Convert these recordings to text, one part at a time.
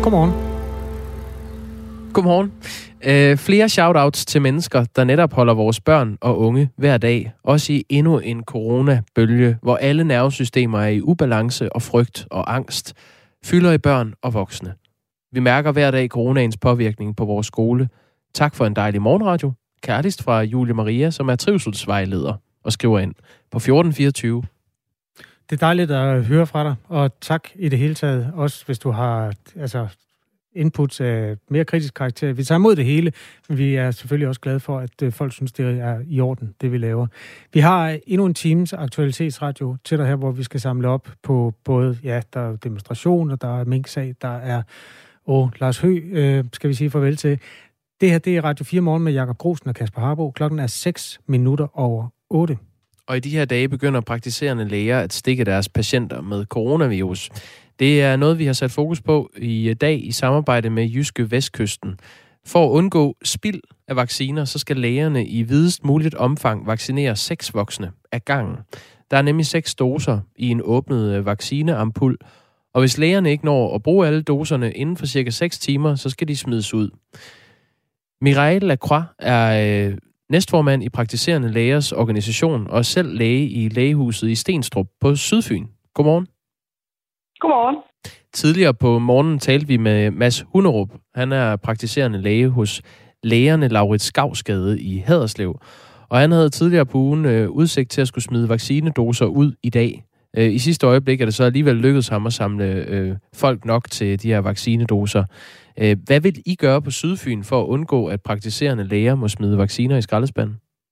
Godmorgen. Godmorgen. Flere shoutouts til mennesker, der netop holder vores børn og unge hver dag. Også i endnu en coronabølge, hvor alle nervesystemer er i ubalance og frygt og angst, fylder i børn og voksne. Vi mærker hver dag coronaens påvirkning på vores skole. Tak for en dejlig morgenradio. Kærligst fra Julie Maria, som er trivselsvejleder og skriver ind på 1424. Det er dejligt at høre fra dig, og tak i det hele taget. Også hvis du har inputs af mere kritisk karakter. Vi tager imod det hele, men vi er selvfølgelig også glade for, at folk synes, det er i orden, det vi laver. Vi har endnu en times aktualitetsradio til dig her, hvor vi skal samle op på både, der er demonstrationer, der er minksag, der er Lars Høgh, skal vi sige farvel til. Det her, det er Radio 4 Morgen med Jakob Grosen og Kasper Harbo. Klokken er 6:06. Og i de her dage begynder praktiserende læger at stikke deres patienter med coronavirus. Det er noget, vi har sat fokus på i dag i samarbejde med Jyske Vestkysten. For at undgå spild af vacciner, så skal lægerne i videst muligt omfang vaccinere 6 voksne ad gangen. Der er nemlig 6 doser i en åbnet vaccineampul, og hvis lægerne ikke når at bruge alle doserne inden for cirka 6 timer, så skal de smides ud. Mireille Lacroix er næstformand i Praktiserende Lægers Organisation og selv læge i lægehuset i Stenstrup på Sydfyn. Godmorgen. Godmorgen. Tidligere på morgenen talte vi med Mads Hunderup. Han er praktiserende læge hos Lægerne Laurits Skavsgade i Haderslev. Og han havde tidligere på ugen udsigt til at skulle smide vaccinedoser ud i dag. I sidste øjeblik er det så alligevel lykkedes ham at samle folk nok til de her vaccinedoser. Hvad vil I gøre på Sydfyn for at undgå, at praktiserende læger må smide vacciner i skraldespanden?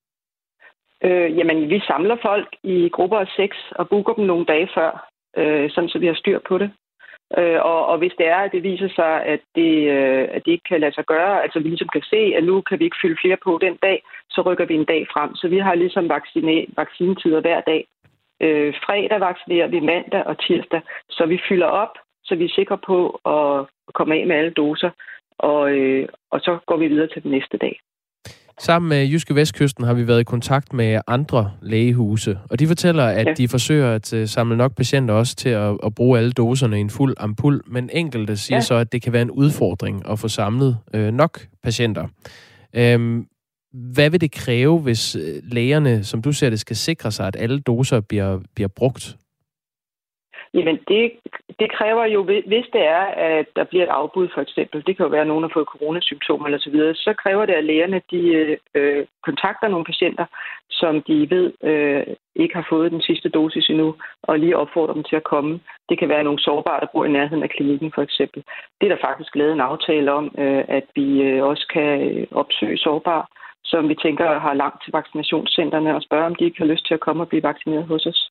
Vi samler folk i grupper af 6 og booker dem nogle dage før, sådan så vi har styr på det. Og hvis det er, at det viser sig, at det ikke kan lade sig gøre, altså vi ligesom kan se, at nu kan vi ikke fylde flere på den dag, så rykker vi en dag frem. Så vi har ligesom vaccinetider hver dag. Fredag vaccinerer vi, mandag og tirsdag, så vi fylder op, så vi er sikre på at komme af med alle doser, og så går vi videre til den næste dag. Sammen med Jyske Vestkysten har vi været i kontakt med andre lægehuse, og de fortæller, at de forsøger at samle nok patienter også til at bruge alle doserne i en fuld ampul, men enkelte siger så, at det kan være en udfordring at få samlet nok patienter. Hvad vil det kræve, hvis lægerne, som du ser det, skal sikre sig, at alle doser bliver brugt? Jamen, det kræver jo, hvis det er, at der bliver et afbud for eksempel, det kan jo være, at nogen har fået coronasymptomer eller så videre, så kræver det, at lægerne de kontakter nogle patienter, som de ved ikke har fået den sidste dosis endnu, og lige opfordrer dem til at komme. Det kan være nogle sårbare, der bor i nærheden af klinikken for eksempel. Det er der faktisk lavet en aftale om, at vi også kan opsøge sårbare, som vi tænker har langt til vaccinationscentrene, og spørge, om de ikke har lyst til at komme og blive vaccineret hos os.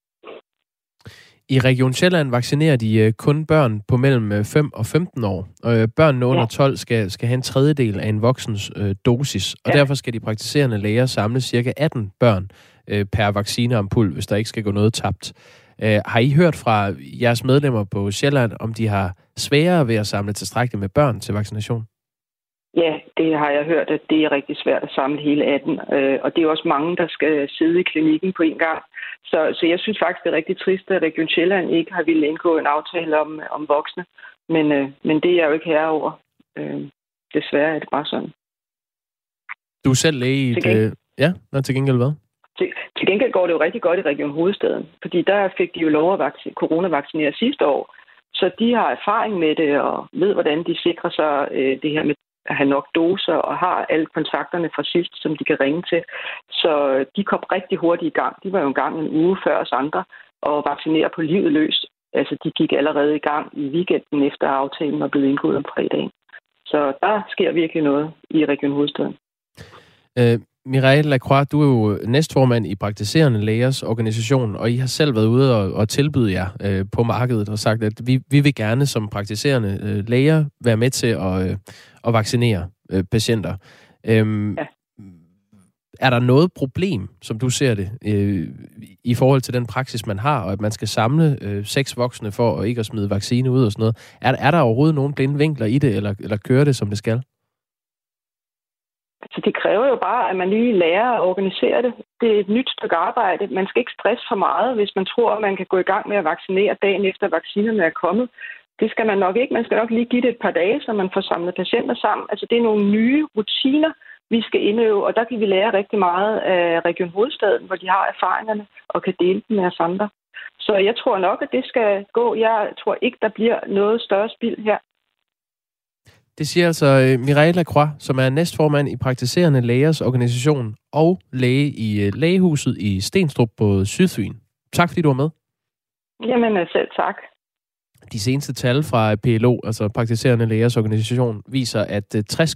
I Region Sjælland vaccinerer de kun børn på mellem 5 og 15 år. Børnene under 12 skal have en tredjedel af en voksens dosis, og derfor skal de praktiserende læger samle cirka 18 børn per vaccineampul, hvis der ikke skal gå noget tabt. Har I hørt fra jeres medlemmer på Sjælland, om de har sværere ved at samle tilstrækkeligt med børn til vaccination? Ja, det har jeg hørt, at det er rigtig svært at samle hele 18, og det er også mange, der skal sidde i klinikken på en gang. Så jeg synes faktisk, det er rigtig trist, at Region Sjælland ikke har ville indgå en aftale om voksne, men det er jeg jo ikke herre over. Desværre er det bare sådan. Du er selv læge i til gengæld hvad? Til gengæld går det jo rigtig godt i Region Hovedstaden, fordi der fik de jo lov at coronavaccinere sidste år, så de har erfaring med det og ved, hvordan de sikrer sig det her med at have nok doser og har alle kontakterne fra sidst, som de kan ringe til. Så de kom rigtig hurtigt i gang. De var jo en gang en uge før os andre og vaccinere på livet løs. Altså, de gik allerede i gang i weekenden efter aftalen var blevet indgået om fredagen. Så der sker virkelig noget i Region Hovedstaden. Mireille Lacroix, du er jo næstformand i Praktiserende Lægers Organisation, og I har selv været ude og tilbyde jer på markedet og sagt, at vi vil gerne som praktiserende læger være med til at vaccinere patienter. Er der noget problem, som du ser det, i forhold til den praksis, man har, og at man skal samle 6 voksne for ikke at smide vaccine ud og sådan noget? Er der overhovedet nogen blinde vinkler i det, eller kører det, som det skal? Så det kræver jo bare, at man lige lærer at organisere det. Det er et nyt stykke arbejde. Man skal ikke stresse for meget, hvis man tror, at man kan gå i gang med at vaccinere dagen efter vaccinerne er kommet. Det skal man nok ikke. Man skal nok lige give det et par dage, så man får samlet patienter sammen. Altså det er nogle nye rutiner, vi skal indøve, og der kan vi lære rigtig meget af Region Hovedstaden, hvor de har erfaringerne og kan dele dem med os andre. Så jeg tror nok, at det skal gå. Jeg tror ikke, der bliver noget større spild her. Det siger altså Mireille Lacroix, som er næstformand i Praktiserende Lægers Organisation og læge i Lægehuset i Stenstrup på Sydfyn. Tak fordi du var med. Jamen selv tak. De seneste tal fra PLO, altså Praktiserende Lægers Organisation, viser, at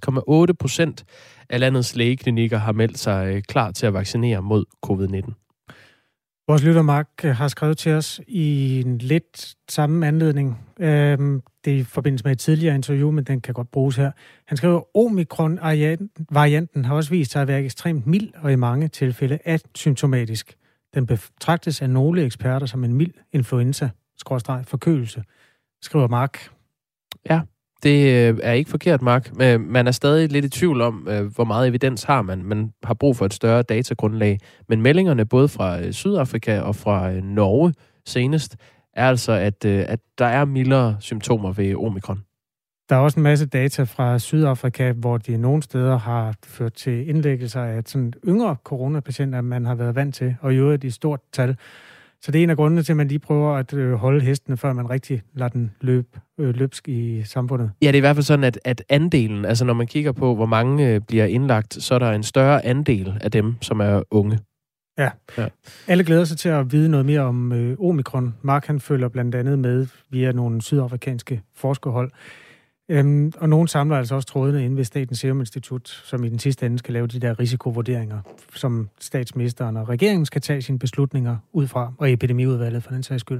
60,8% af landets lægeklinikker har meldt sig klar til at vaccinere mod covid-19. Vores lytter Mark har skrevet til os i en lidt samme anledning. Det er i forbindelse med et tidligere interview, men den kan godt bruges her. Han skriver, Omikron-varianten har også vist sig at være ekstremt mild og i mange tilfælde asymptomatisk. Den betragtes af nogle eksperter som en mild influenza-forkølelse, skriver Mark. Ja, det er ikke forkert, Mark. Man er stadig lidt i tvivl om, hvor meget evidens har man. Man har brug for et større datagrundlag. Men meldingerne både fra Sydafrika og fra Norge senest er altså, at der er mildere symptomer ved omikron. Der er også en masse data fra Sydafrika, hvor de nogle steder har ført til indlæggelser af sådan yngre coronapatienter, man har været vant til, og i øvrigt i stort tal. Så det er en af grundene til, at man lige prøver at holde hestene, før man rigtig lader den løbsk i samfundet. Ja, det er i hvert fald sådan, at andelen, altså når man kigger på, hvor mange bliver indlagt, så er der en større andel af dem, som er unge. Ja. Alle glæder sig til at vide noget mere om omikron. Mark, han følger blandt andet med via nogle sydafrikanske forskerhold. Og nogen samler altså også trådene inde ved Statens Serum Institut, som i den sidste ende skal lave de der risikovurderinger, som statsministeren og regeringen skal tage sine beslutninger ud fra, og epidemiudvalget for den sags skyld.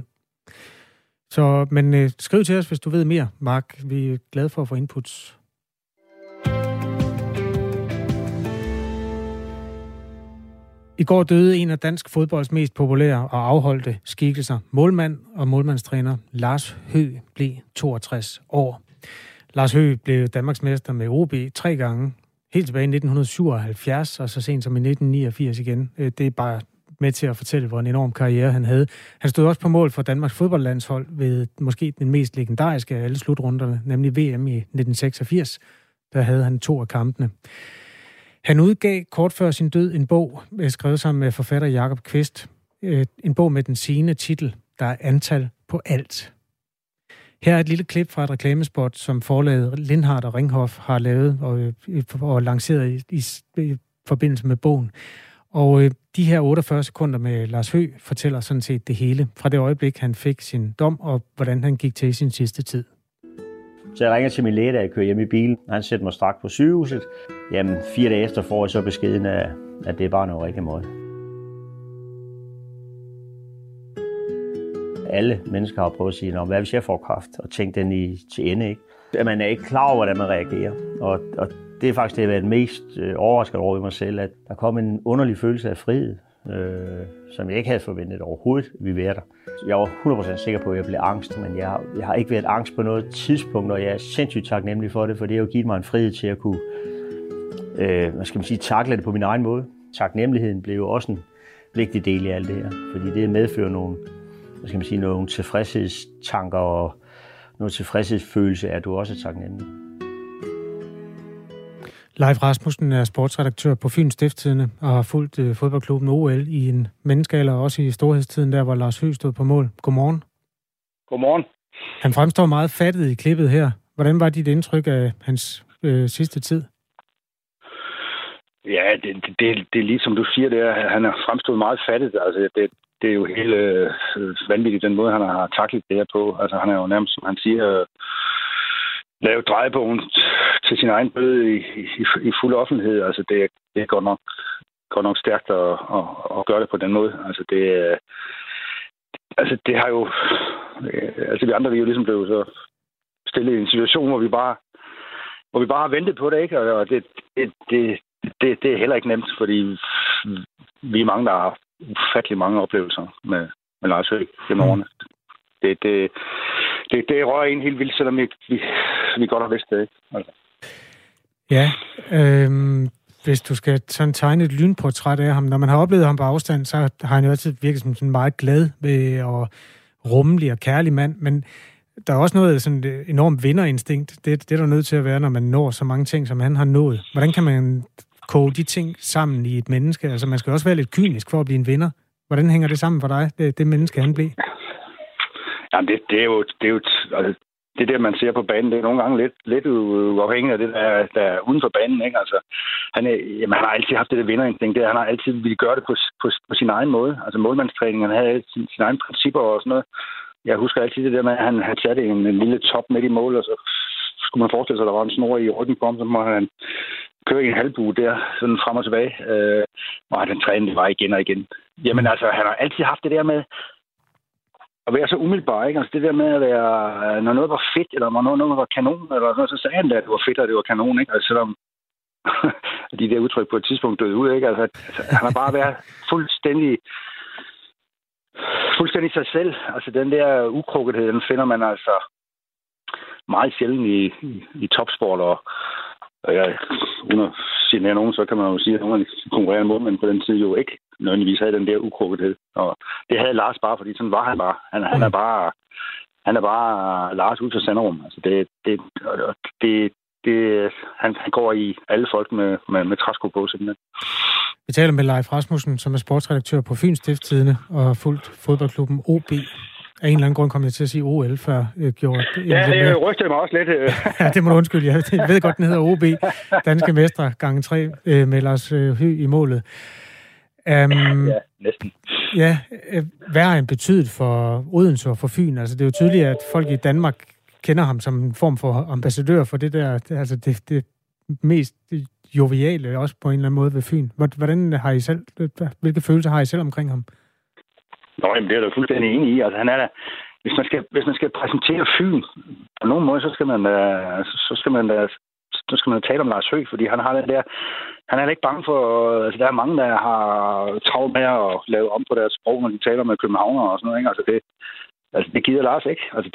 Så, men skriv til os, hvis du ved mere, Mark. Vi er glade for at få inputs. I går døde en af dansk fodbolds mest populære og afholdte skikkelser. Målmand og målmandstræner Lars Høgh blev 62 år. Lars Høgh blev Danmarksmester med OB 3 gange, helt tilbage i 1977, og så sent som i 1989 igen. Det er bare med til at fortælle, hvor en enorm karriere han havde. Han stod også på mål for Danmarks fodboldlandshold ved måske den mest legendariske af alle slutrunderne, nemlig VM i 1986. Der havde han 2 af kampene. Han udgav kort før sin død en bog, skrevet sammen med forfatter Jakob Kvist. En bog med den sigende titel, Der er antal på alt. Her er et lille klip fra et reklamespot, som forlaget Lindhardt og Ringhof har lavet og lanceret i forbindelse med bogen. Og de her 48 sekunder med Lars Høgh fortæller sådan set det hele. Fra det øjeblik, han fik sin dom, og hvordan han gik til sin sidste tid. Så jeg ringer til min læge, da jeg kører hjem i bilen. Han sætter mig straks på sygehuset. Jamen, 4 dage efter får jeg så beskeden af, at det er bare noget rigtig måde. Alle mennesker har prøvet at sige, hvad hvis jeg får kræft, og tænke den til ende, ikke? Man er ikke klar over, hvordan man reagerer. Og det er faktisk det, jeg har været mest overrasket over i mig selv, at der kom en underlig følelse af frihed, som jeg ikke havde forventet overhovedet, vi være der. Jeg var 100% sikker på, at jeg blev angst, men jeg har ikke været angst på noget tidspunkt, og jeg er sindssygt taknemmelig for det, for det har jo givet mig en frihed til at kunne takle det på min egen måde. Taknemmeligheden blev jo også en vigtig del i alt det her, fordi det medfører nogle tilfredshedstanker og noget tilfredshedsfølelse, at du også er taknemmelig. Leif Rasmussen er sportsredaktør på Fyns Stiftstidende og har fulgt fodboldklubben OL i en menneskealder, også i storhedstiden, der hvor Lars Høgh stod på mål. Godmorgen. Godmorgen. Han fremstår meget fattet i klippet her. Hvordan var dit indtryk af hans sidste tid? Ja, det er lige som du siger, det er, han er fremstået meget fattet. Altså, det er jo helt vanvittigt, den måde, han har taklet det her på. Altså, han er jo nærmest, som han siger, lavet drejebogen til sin egen bøde i fuld offentlighed. Altså, det er godt nok stærkt at gøre det på den måde. Altså, det har jo... Altså, vi andre, vi er jo ligesom blevet så stillet i en situation, hvor vi bare har ventet på det, ikke? Og det er heller ikke nemt, fordi vi er mange, der har ufattelig mange oplevelser med Lars Høgh gennem årene. Det rører en helt vildt, selvom vi godt har vidst det, ikke? Altså. Ja, hvis du skal sådan tegne et lynportræt af ham, når man har oplevet ham på afstand, så har han jo altid virket som sådan meget glad og rummelig og kærlig mand, men der er også noget sådan et enormt vinderinstinkt. Det er der nødt til at være, når man når så mange ting, som han har nået. Hvordan kan man koge de ting sammen i et menneske? Altså, man skal også være lidt kynisk for at blive en vinder. Hvordan hænger det sammen for dig, det menneske, han blev? Jamen, det er jo altså, det der, man ser på banen, det er nogle gange lidt uafhængigt af det, der er uden for banen, ikke? Altså, han har altid haft det der vinderinstinkt. Han har altid ville gøre det på sin egen måde. Altså, målmandstræningen, han havde sine egne principper og sådan noget. Jeg husker altid det der med, at han havde sat en lille top midt i mål, og så skulle man forestille sig, at der var en snor i ryggen på ham, så må han køre i en halvbue der, sådan frem og tilbage. Og den træning, det var igen og igen. Jamen altså, han har altid haft det der med at være så umiddelbar, ikke? Altså det der med at være, når noget var fedt, eller når noget var kanon, eller sådan, så sagde han da, at det var fedt, og det var kanon, ikke? Altså selvom de der udtryk på et tidspunkt døde ud, ikke? Altså han har bare været fuldstændig sig selv. Altså den der ukrukkethed, den finder man altså meget sjældent i topsport, og uden at sige nogen, så kan man jo sige, at nogle af de konkurrerende målmænd på den tid jo ikke nødvendigvis havde den der ukrukkethed. Og det havde Lars bare, fordi sådan var han bare. Han er bare Lars ud til Sanderum. Altså han går i alle folk med træsko på, simpelthen. Vi taler med Leif Rasmussen, som er sportsredaktør på Fyns Stiftstidende og har fulgt fodboldklubben OB. Af en eller anden grund kom jeg til at sige OL, før jeg gjorde det. Ja, det rystede mig også lidt. Ja, det må du undskylde. Jeg ved godt, den hedder OB. Danske mestre gange 3 med Lars Høgh i målet. Ja, næsten. Ja, hvad har han betydet for Odense og for Fyn? Altså, det er jo tydeligt, at folk i Danmark kender ham som en form for ambassadør for det der, altså det mest joviale også på en eller anden måde ved Fyn. Hvordan har I selv, hvilke følelser har I selv omkring ham? Nå, jamen, det er da fuldstændig enig i. Altså, han er da, hvis man skal præsentere Fyn på nogen måde, så skal man tale om Lars Høgh, fordi han har den der, han er ikke bange for, altså der er mange, der har travlt med at lave om på deres sprog, når de taler med københavnere og sådan noget, ikke? Altså det gider Lars ikke. Altså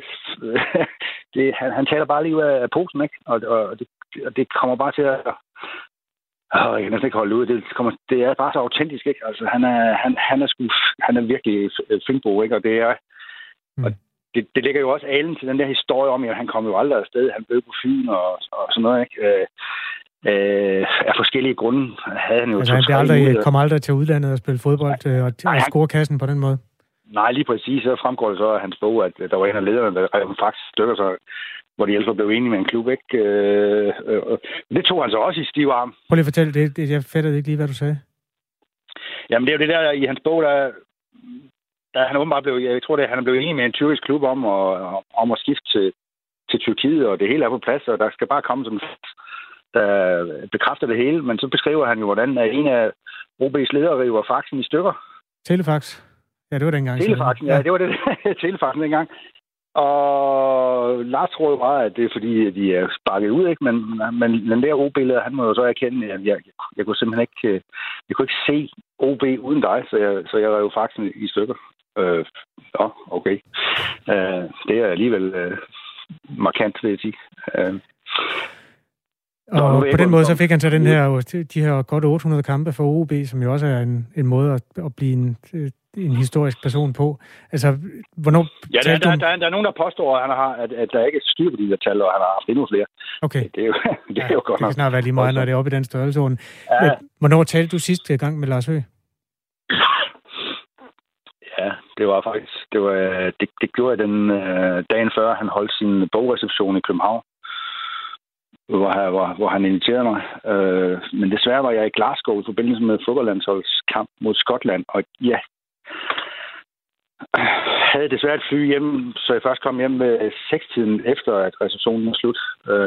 han taler bare lige ud af posen, ikke? Og det kommer bare til at jeg kan næsten ikke holde ud. Det er bare så autentisk, ikke? Altså han er virkelig Fynbo, ikke? Og det er og det ligger jo også alen til den der historie om, at han kom jo aldrig afsted. Han blev på Fyn og sådan noget, ikke? Af forskellige grunde havde han jo... Altså han kom aldrig til udlandet og spille fodbold og score kassen på den måde? Nej, lige præcis. Så fremgår det så af hans bog, at der var en af lederne, der rev faktisk stykker, så hvor de ellers blev enige med en klub, ikke? Det tog han så også i stiv arm. Prøv lige at fortælle det. Jeg fattede ikke lige, hvad du sagde. Jamen, det er jo det der i hans bog, der han åbenbart blev... Jeg tror, han er blevet enig med en tyrkisk klub om at skifte til Tyrkiet, og det hele er på plads, og der skal bare komme sådan der bekræfter det hele. Men så beskriver han jo, hvordan en af OB's ledere river faxen i stykker. Telefax? Ja, det var dengang. Telefaxen, ja, det var det. Telefaxen dengang. Og Lars tror jo bare, at det er fordi, at de er sparket ud, ikke? Men den der OB-leder, han må jo så erkende, at jeg kunne simpelthen ikke... Jeg kunne ikke se OB uden dig, så jeg rev faxen i stykker. Okay. Det er alligevel markant, vil jeg sige. Og på den måde, så fik han så de her godt 800 kampe for OB, som jo også er en måde at blive en historisk person på. Altså, hvornår... Ja, der er nogen, der påstår, at der ikke er styr på de der tal, og han har haft endnu flere. Okay. Det er jo godt nok. Det kan snart være lige meget, når det er oppe i den størrelseorden. Ja. Hvornår talte du sidste gang med Lars Høgh? Ja, det var faktisk... Det gjorde jeg den dagen før, han holdt sin bogreception i København, hvor han inviterede mig. Men desværre var jeg i Glasgow i forbindelse med fodboldlandsholdskamp mod Skotland, og ja, havde desværre et fly hjem, så jeg først kom hjem med 6-tiden efter, at receptionen var slut.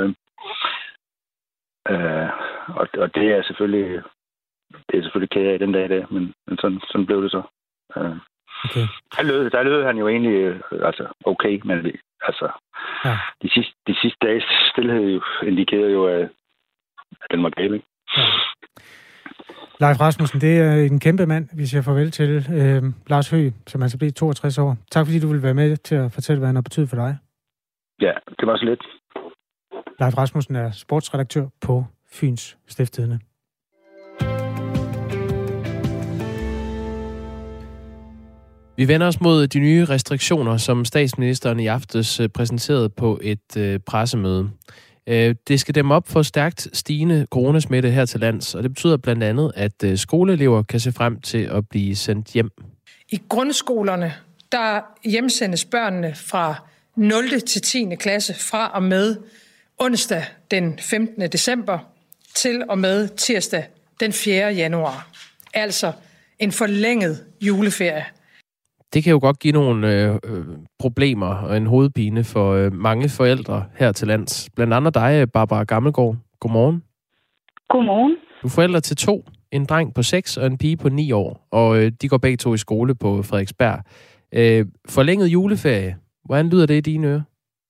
Og det er selvfølgelig ked af den dag i dag, men sådan blev det så. Okay. Der lød han jo egentlig okay, men ja. De sidste dages stillhed jo indikerer jo, at den var galt. Ja. Leif Rasmussen, det er en kæmpe mand, vi siger farvel til. Lars Høgh, som altså blev 62 år. Tak fordi du ville være med til at fortælle, hvad han har betydet for dig. Ja, det var så lidt. Leif Rasmussen er sportsredaktør på Fyns Stiftstidende. Vi vender os mod de nye restriktioner, som statsministeren i aftes præsenterede på et pressemøde. Det skal dæmme op for stærkt stigende coronasmitte her til lands, og det betyder blandt andet, at skoleelever kan se frem til at blive sendt hjem. I grundskolerne, der hjemsendes børnene fra 0. til 10. klasse fra og med onsdag den 15. december til og med tirsdag den 4. januar. Altså en forlænget juleferie. Det kan jo godt give nogle problemer og en hovedpine for mange forældre her til lands. Blandt andet dig, Barbara Gammelgaard. Godmorgen. Godmorgen. Du er forældre til 2. En dreng på 6 og en pige på 9 år. Og de går begge 2 i skole på Frederiksberg. Forlænget juleferie. Hvordan lyder det i dine ører?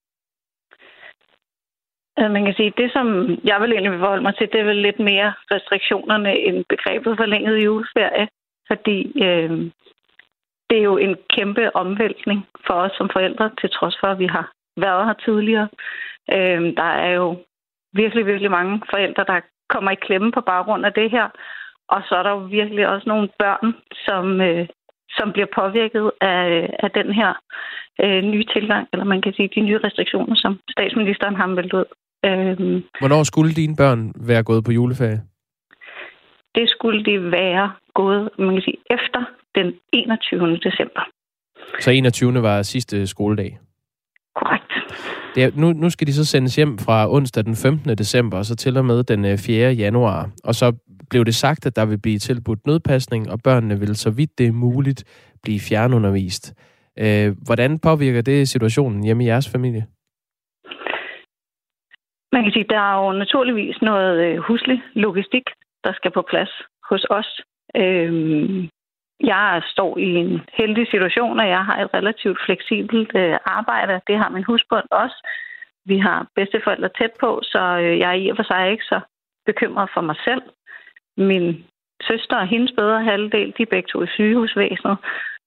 Man kan sige, det som jeg vil egentlig forholde mig til, det er vel lidt mere restriktionerne end begrebet forlænget juleferie. Fordi det er jo en kæmpe omvæltning for os som forældre, til trods for, at vi har været her tidligere. Der er jo virkelig, virkelig mange forældre, der kommer i klemme på baggrund af det her. Og så er der jo virkelig også nogle børn, som bliver påvirket af den her nye tilgang, eller man kan sige, de nye restriktioner, som statsministeren har meldt ud. Hvornår skulle dine børn være gået på juleferie? Det skulle de være gået, man kan sige, efter den 21. december. Så 21. var sidste skoledag? Korrekt. Nu skal de så sendes hjem fra onsdag den 15. december, og så til og med den 4. januar. Og så blev det sagt, at der vil blive tilbudt nødpasning, og børnene vil, så vidt det er muligt, blive fjernundervist. Hvordan påvirker det situationen hjemme i jeres familie? Man kan sige, der er jo naturligvis noget huslig logistik, der skal på plads hos os. Jeg står i en heldig situation, og jeg har et relativt fleksibelt arbejde. Det har min husbond også. Vi har bedsteforældre tæt på, så jeg er i og for sig ikke så bekymret for mig selv. Min søster og hendes bedre halvdel, de er begge 2 i sygehusvæsenet.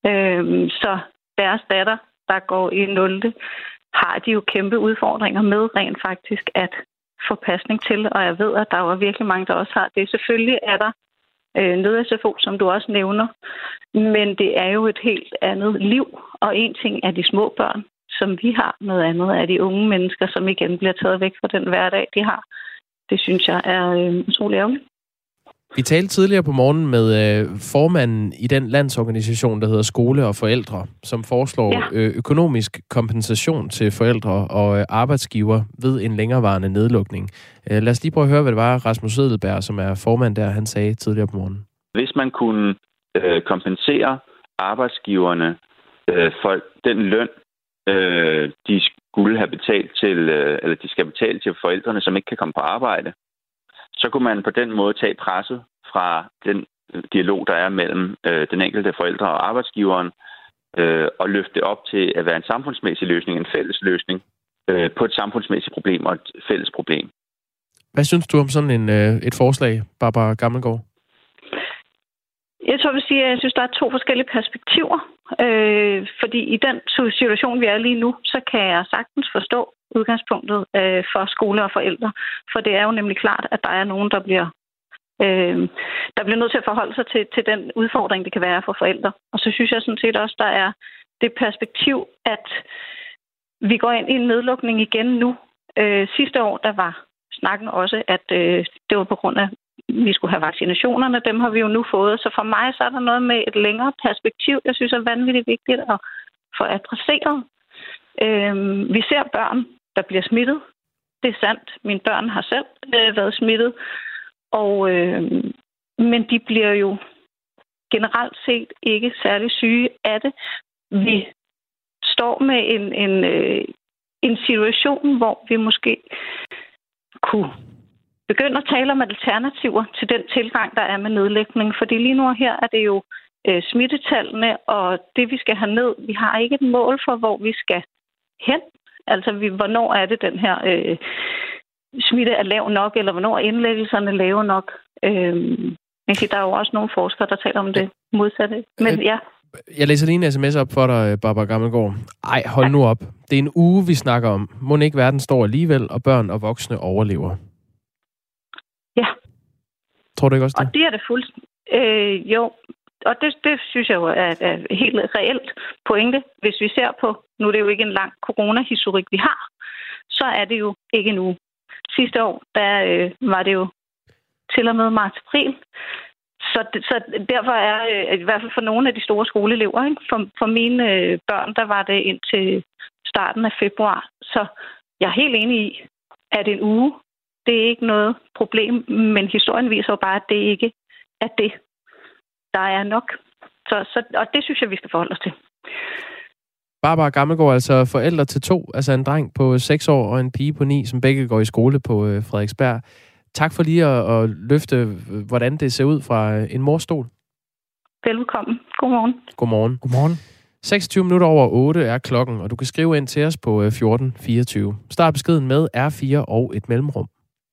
Så deres datter, der går i 0. har de jo kæmpe udfordringer med rent faktisk at få pasning til. Og jeg ved, at der er virkelig mange, der også har det. Selvfølgelig er der nød-SFO, som du også nævner. Men det er jo et helt andet liv. Og en ting er de små børn, som vi har. Noget andet er de unge mennesker, som igen bliver taget væk fra den hverdag, de har. Det synes jeg er utrolig ærgerligt. Vi talte tidligere på morgenen med formanden i den landsorganisation, der hedder Skole og Forældre, som foreslår økonomisk kompensation til forældre og arbejdsgiver ved en længerevarende nedlukning. Lad os lige prøve at høre, hvad det var, Rasmus Edelberg, som er formand der, han sagde tidligere på morgenen. Hvis man kunne kompensere arbejdsgiverne for den løn, de skulle have betalt til, eller de skal betale til forældrene, som ikke kan komme på arbejde, så kunne man på den måde tage presset fra den dialog, der er mellem den enkelte forældre og arbejdsgiveren, og løfte det op til at være en samfundsmæssig løsning, en fælles løsning på et samfundsmæssigt problem og et fælles problem. Hvad synes du om sådan et forslag, Barbara Gammelgaard? Jeg tror, at jeg synes, der er 2 forskellige perspektiver. Fordi i den situation, vi er lige nu, så kan jeg sagtens forstå udgangspunktet for skole og forældre. For det er jo nemlig klart, at der er nogen, der bliver nødt til at forholde sig til den udfordring, det kan være for forældre. Og så synes jeg sådan set også, der er det perspektiv, at vi går ind i en nedlukning igen nu. Sidste år, der var snakken også, at det var på grund af vi skulle have vaccinationerne, dem har vi jo nu fået. Så for mig så er der noget med et længere perspektiv, jeg synes er vanvittigt vigtigt at få adresseret. Vi ser børn, der bliver smittet. Det er sandt. Mine børn har selv været smittet. Men de bliver jo generelt set ikke særlig syge af det. Vi står med en situation, hvor vi måske kunne begynde at tale om alternativer til den tilgang, der er med nedlægning. Fordi lige nu her er det jo smittetallene og det, vi skal have ned. Vi har ikke et mål for, hvor vi skal hen. Altså, hvornår er det, den her smitte er lav nok, eller hvornår er indlæggelserne lave nok. Der er jo også nogle forskere, der taler om det modsatte. Men ja. Jeg læser lige en sms op for dig, Barbara Gammelgaard. Ej, hold nu op. Det er en uge, vi snakker om. Må ikke verden står alligevel, og børn og voksne overlever? Ja. Tror du ikke også det? Og det er det fuldstændig. Jo, Og det synes jeg jo er helt reelt pointe. Hvis vi ser på, nu er det jo ikke en lang coronahistorik, vi har, så er det jo ikke en uge. Sidste år, der var det jo til og med marts-april. Så derfor er, i hvert fald for nogle af de store skoleelever, ikke? For mine børn, der var det indtil starten af februar. Så jeg er helt enig i, at en uge, det er ikke noget problem, men historien viser jo bare, at det ikke er det, der er nok. Og det synes jeg, vi skal forholde os til. Barbara Gammelgaard, altså forældre til 2, altså en dreng på 6 år og en pige på 9, som begge går i skole på Frederiksberg. Tak for lige at løfte, hvordan det ser ud fra en morstol. Velkommen. Godmorgen. Godmorgen. Godmorgen. 26 minutter over 8 er klokken, og du kan skrive ind til os på 1424. Start beskeden med R4 og et mellemrum.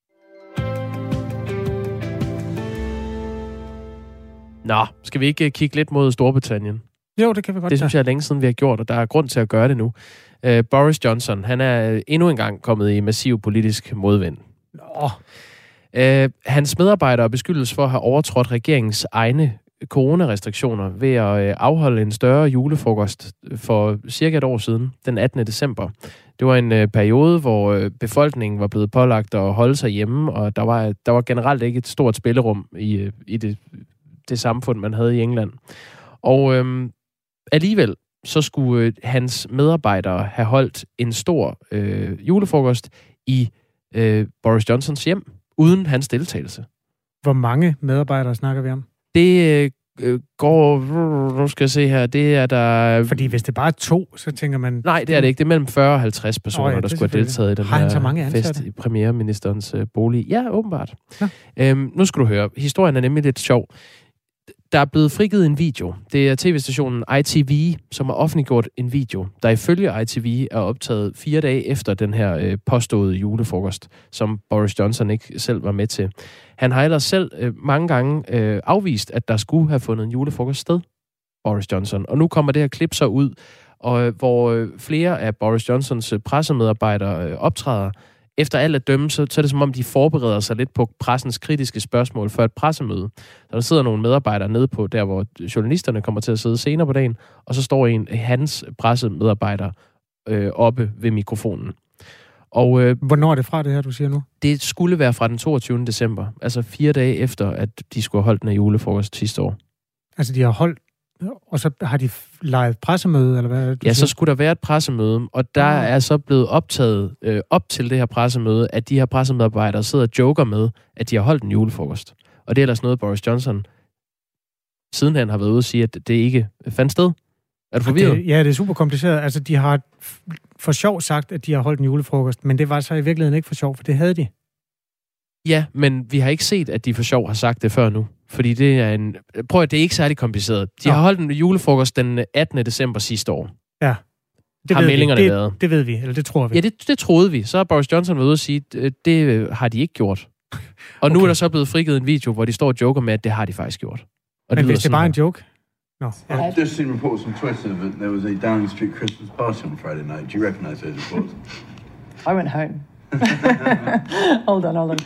Nå, skal vi ikke kigge lidt mod Storbritannien? Jo, det kan vi godt. Det synes jeg er længe siden, vi har gjort, og der er grund til at gøre det nu. Boris Johnson, han er endnu engang kommet i massiv politisk modvind. Nå. Hans medarbejdere beskyldes for at have overtrådt regeringens egne coronarestriktioner ved at afholde en større julefrokost for cirka et år siden, den 18. december. Det var en periode, hvor befolkningen var blevet pålagt at holde sig hjemme, og der var generelt ikke et stort spillerum i det samfund, man havde i England. Og alligevel så skulle hans medarbejdere have holdt en stor julefrokost i Boris Johnsons hjem, uden hans deltagelse. Hvor mange medarbejdere snakker vi om? Det går... Nu skal jeg se her. Det er der... Fordi hvis det bare er 2, så tænker man... Nej, det er det ikke. Det er mellem 40 og 50 personer, der skulle have deltaget i den her fest i premierministerens bolig. Ja, åbenbart. Ja. Nu skal du høre. Historien er nemlig lidt sjov. Der er blevet frigivet en video. Det er tv-stationen ITV, som har offentliggjort en video, der ifølge ITV er optaget 4 dage efter den her påståede julefrokost, som Boris Johnson ikke selv var med til. Han har ellers selv mange gange afvist, at der skulle have fundet en julefrokost sted, Boris Johnson. Og nu kommer det her klip så ud, hvor flere af Boris Johnsons pressemedarbejdere optræder. Efter alt at dømme, så er det som om, de forbereder sig lidt på pressens kritiske spørgsmål for et pressemøde. Der sidder nogle medarbejdere nede på der, hvor journalisterne kommer til at sidde senere på dagen, og så står en af hans pressemedarbejder oppe ved mikrofonen. Og, hvornår er det fra det her, du siger nu? Det skulle være fra den 22. december, altså 4 dage efter, at de skulle have holdt den her julefrokost sidste år. Altså, de har holdt, og så har de lejet pressemøde, eller hvad? Ja, så skulle der være et pressemøde, og der er så blevet optaget op til det her pressemøde, at de her pressemedarbejdere sidder og joker med, at de har holdt en julefrokost. Og det er ellers noget, Boris Johnson sidenhen har været ude at sige, at det ikke fandt sted. Er du forvirret? Ja, det er super kompliceret. Altså, de har for sjov sagt, at de har holdt en julefrokost, men det var så i virkeligheden ikke for sjov, for det havde de. Ja, men vi har ikke set, at de for sjov har sagt det før nu. Fordi det er det er ikke særlig kompliceret. De har holdt en julefrokost den 18. december sidste år. Ja. Det har meldingerne været. Det ved vi, eller det tror vi. Ja, det troede vi. Så har Boris Johnson været ude og sige, at det har de ikke gjort. Og nu er der så blevet frigivet en video, hvor de står og joker med, at det har de faktisk gjort. Og men hvis det bare er en joke? No. I've just seen reports on Twitter that there was a Downing Street Christmas party on Friday night. Do you recognise those reports? I went home. Hold on.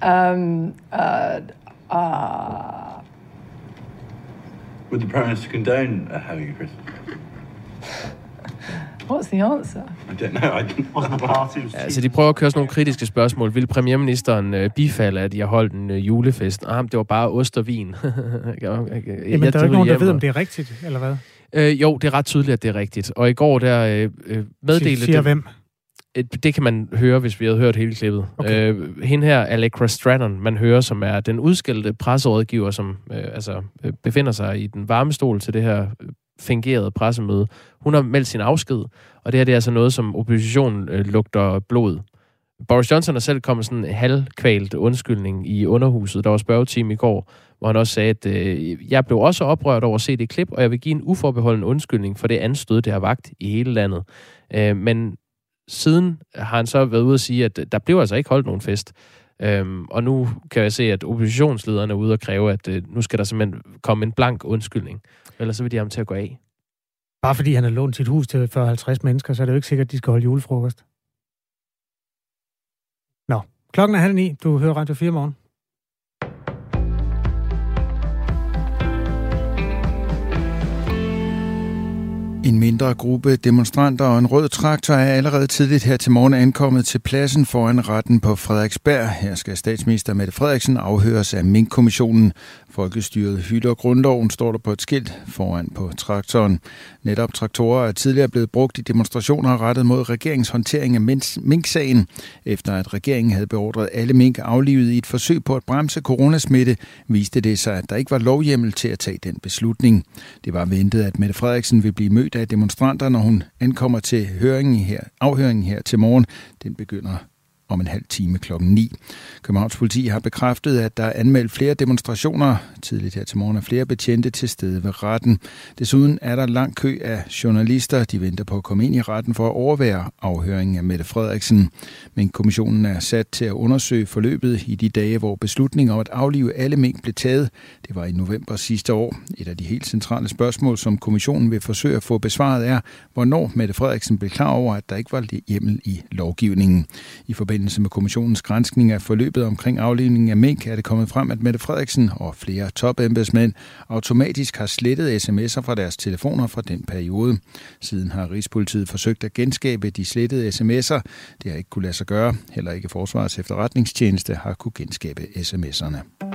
Would the Prime Minister condone having a Christmas party? What's the answer? I don't know. Wasn't the party? Altså, de prøver at køre sådan nogle kritiske spørgsmål. Vil premierministeren bifalde, at de har holdt en julefest? Det var bare ost og vin. Jamen, der er jo ikke nogen, der ved, om det er rigtigt, eller hvad? Jo, det er ret tydeligt, at det er rigtigt. Og i går der meddelte... Siger hvem? Det kan man høre, hvis vi havde hørt hele klippet. Okay. Hende her, Allegra Stratton, man hører, som er den udskældte presserådgiver, som befinder sig i den varme stol til det her fingerede pressemøde. Hun har meldt sin afsked, og det her det er altså noget, som oppositionen lugter blod. Boris Johnson har selv kommet sådan en halvkvalt undskyldning i underhuset. Der var spørgetime i går, hvor han også sagde, at jeg blev også oprørt over at se det klip, og jeg vil give en uforbeholden undskyldning for det anstød, det har vakt i hele landet. Men siden har han så været ude at sige, at der blev altså ikke holdt nogen fest. Og nu kan jeg se, at oppositionslederne er ude og kræve, at nu skal der simpelthen komme en blank undskyldning. Ellers så vil de have ham til at gå af. Bare fordi han har lånt sit hus til 40-50 mennesker, så er det jo ikke sikkert, at de skal holde julefrokost. Nå, klokken er 8:30. Du hører Radio 4 morgen. En mindre gruppe demonstranter og en rød traktor er allerede tidligt her til morgen ankommet til pladsen foran retten på Frederiksberg. Her skal statsminister Mette Frederiksen afhøres af Mink-kommissionen. Folkestyret hylder grundloven, står der på et skilt foran på traktoren. Netop traktorer er tidligere blevet brugt i demonstrationer rettet mod regeringens håndtering af Mink-sagen. Efter at regeringen havde beordret alle mink aflivet i et forsøg på at bremse coronasmitte, viste det sig, at der ikke var lovhjemmel til at tage den beslutning. Det var ventet, at Mette Frederiksen vil blive mødt af demonstranter, når hun ankommer til afhøringen her til morgen. Den begynder om en halv time 9:00. Københavns politi har bekræftet, at der er anmeldt flere demonstrationer. Tidligt her til morgen er flere betjente til stede ved retten. Desuden er der lang kø af journalister. De venter på at komme ind i retten for at overvære afhøringen af Mette Frederiksen. Men kommissionen er sat til at undersøge forløbet i de dage, hvor beslutningen om at aflive alle mink blev taget. Det var i november sidste år. Et af de helt centrale spørgsmål, som kommissionen vil forsøge at få besvaret, er, hvornår Mette Frederiksen blev klar over, at der ikke var hjemmel i lovgivningen. I forbindelse med kommissionens granskning af forløbet omkring aflivningen af mink er det kommet frem, at Mette Frederiksen og flere topembedsmænd automatisk har slettet sms'er fra deres telefoner fra den periode. Siden har Rigspolitiet forsøgt at genskabe de slettede sms'er. Det har ikke kunne lade sig gøre. Heller ikke Forsvarets efterretningstjeneste har kunne genskabe sms'erne.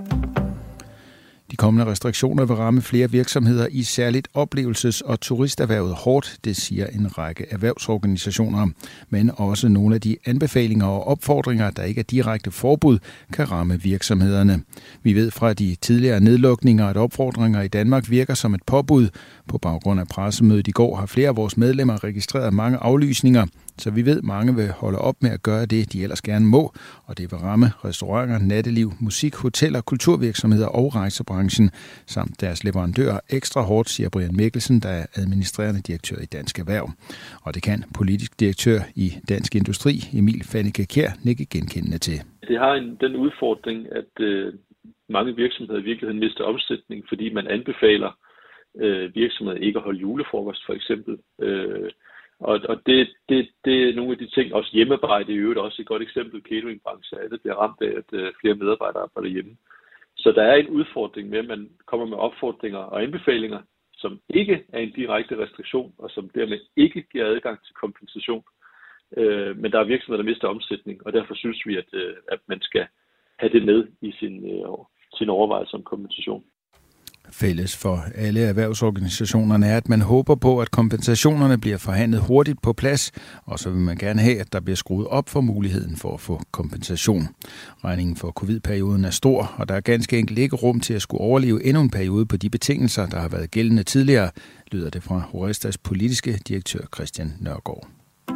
De kommende restriktioner vil ramme flere virksomheder i særligt oplevelses- og turisterhvervet hårdt, det siger en række erhvervsorganisationer. Men også nogle af de anbefalinger og opfordringer, der ikke er direkte forbud, kan ramme virksomhederne. Vi ved fra de tidligere nedlukninger, at opfordringer i Danmark virker som et påbud. På baggrund af pressemødet i går har flere af vores medlemmer registreret mange aflysninger, så vi ved, at mange vil holde op med at gøre det, de ellers gerne må, og det vil ramme restauranter, natteliv, musik, hoteller, kulturvirksomheder og rejsebranchen, samt deres leverandører ekstra hårdt, siger Brian Mikkelsen, der er administrerende direktør i Dansk Erhverv. Og det kan politisk direktør i Dansk Industri, Emil Fanneke Kjær, nikke genkendende til. Det har den udfordring, at mange virksomheder i virkeligheden mister omsætning, fordi man anbefaler virksomheder ikke at holde julefrokost, for eksempel. Og det er nogle af de ting, også hjemmearbejde i øvrigt også et godt eksempel, cateringbranchen, at det bliver ramt af, at flere medarbejdere arbejder hjemme. Så der er en udfordring med, at man kommer med opfordringer og anbefalinger, som ikke er en direkte restriktion, og som dermed ikke giver adgang til kompensation. Men der er virksomheder, der mister omsætning, og derfor synes vi, at man skal have det med i sin overvejelse om kompensation. Fælles for alle erhvervsorganisationerne er, at man håber på, at kompensationerne bliver forhandlet hurtigt på plads, og så vil man gerne have, at der bliver skruet op for muligheden for at få kompensation. Regningen for covid-perioden er stor, og der er ganske enkelt ikke rum til at skulle overleve endnu en periode på de betingelser, der har været gældende tidligere, lyder det fra Horestas politiske direktør Christian Nørgaard.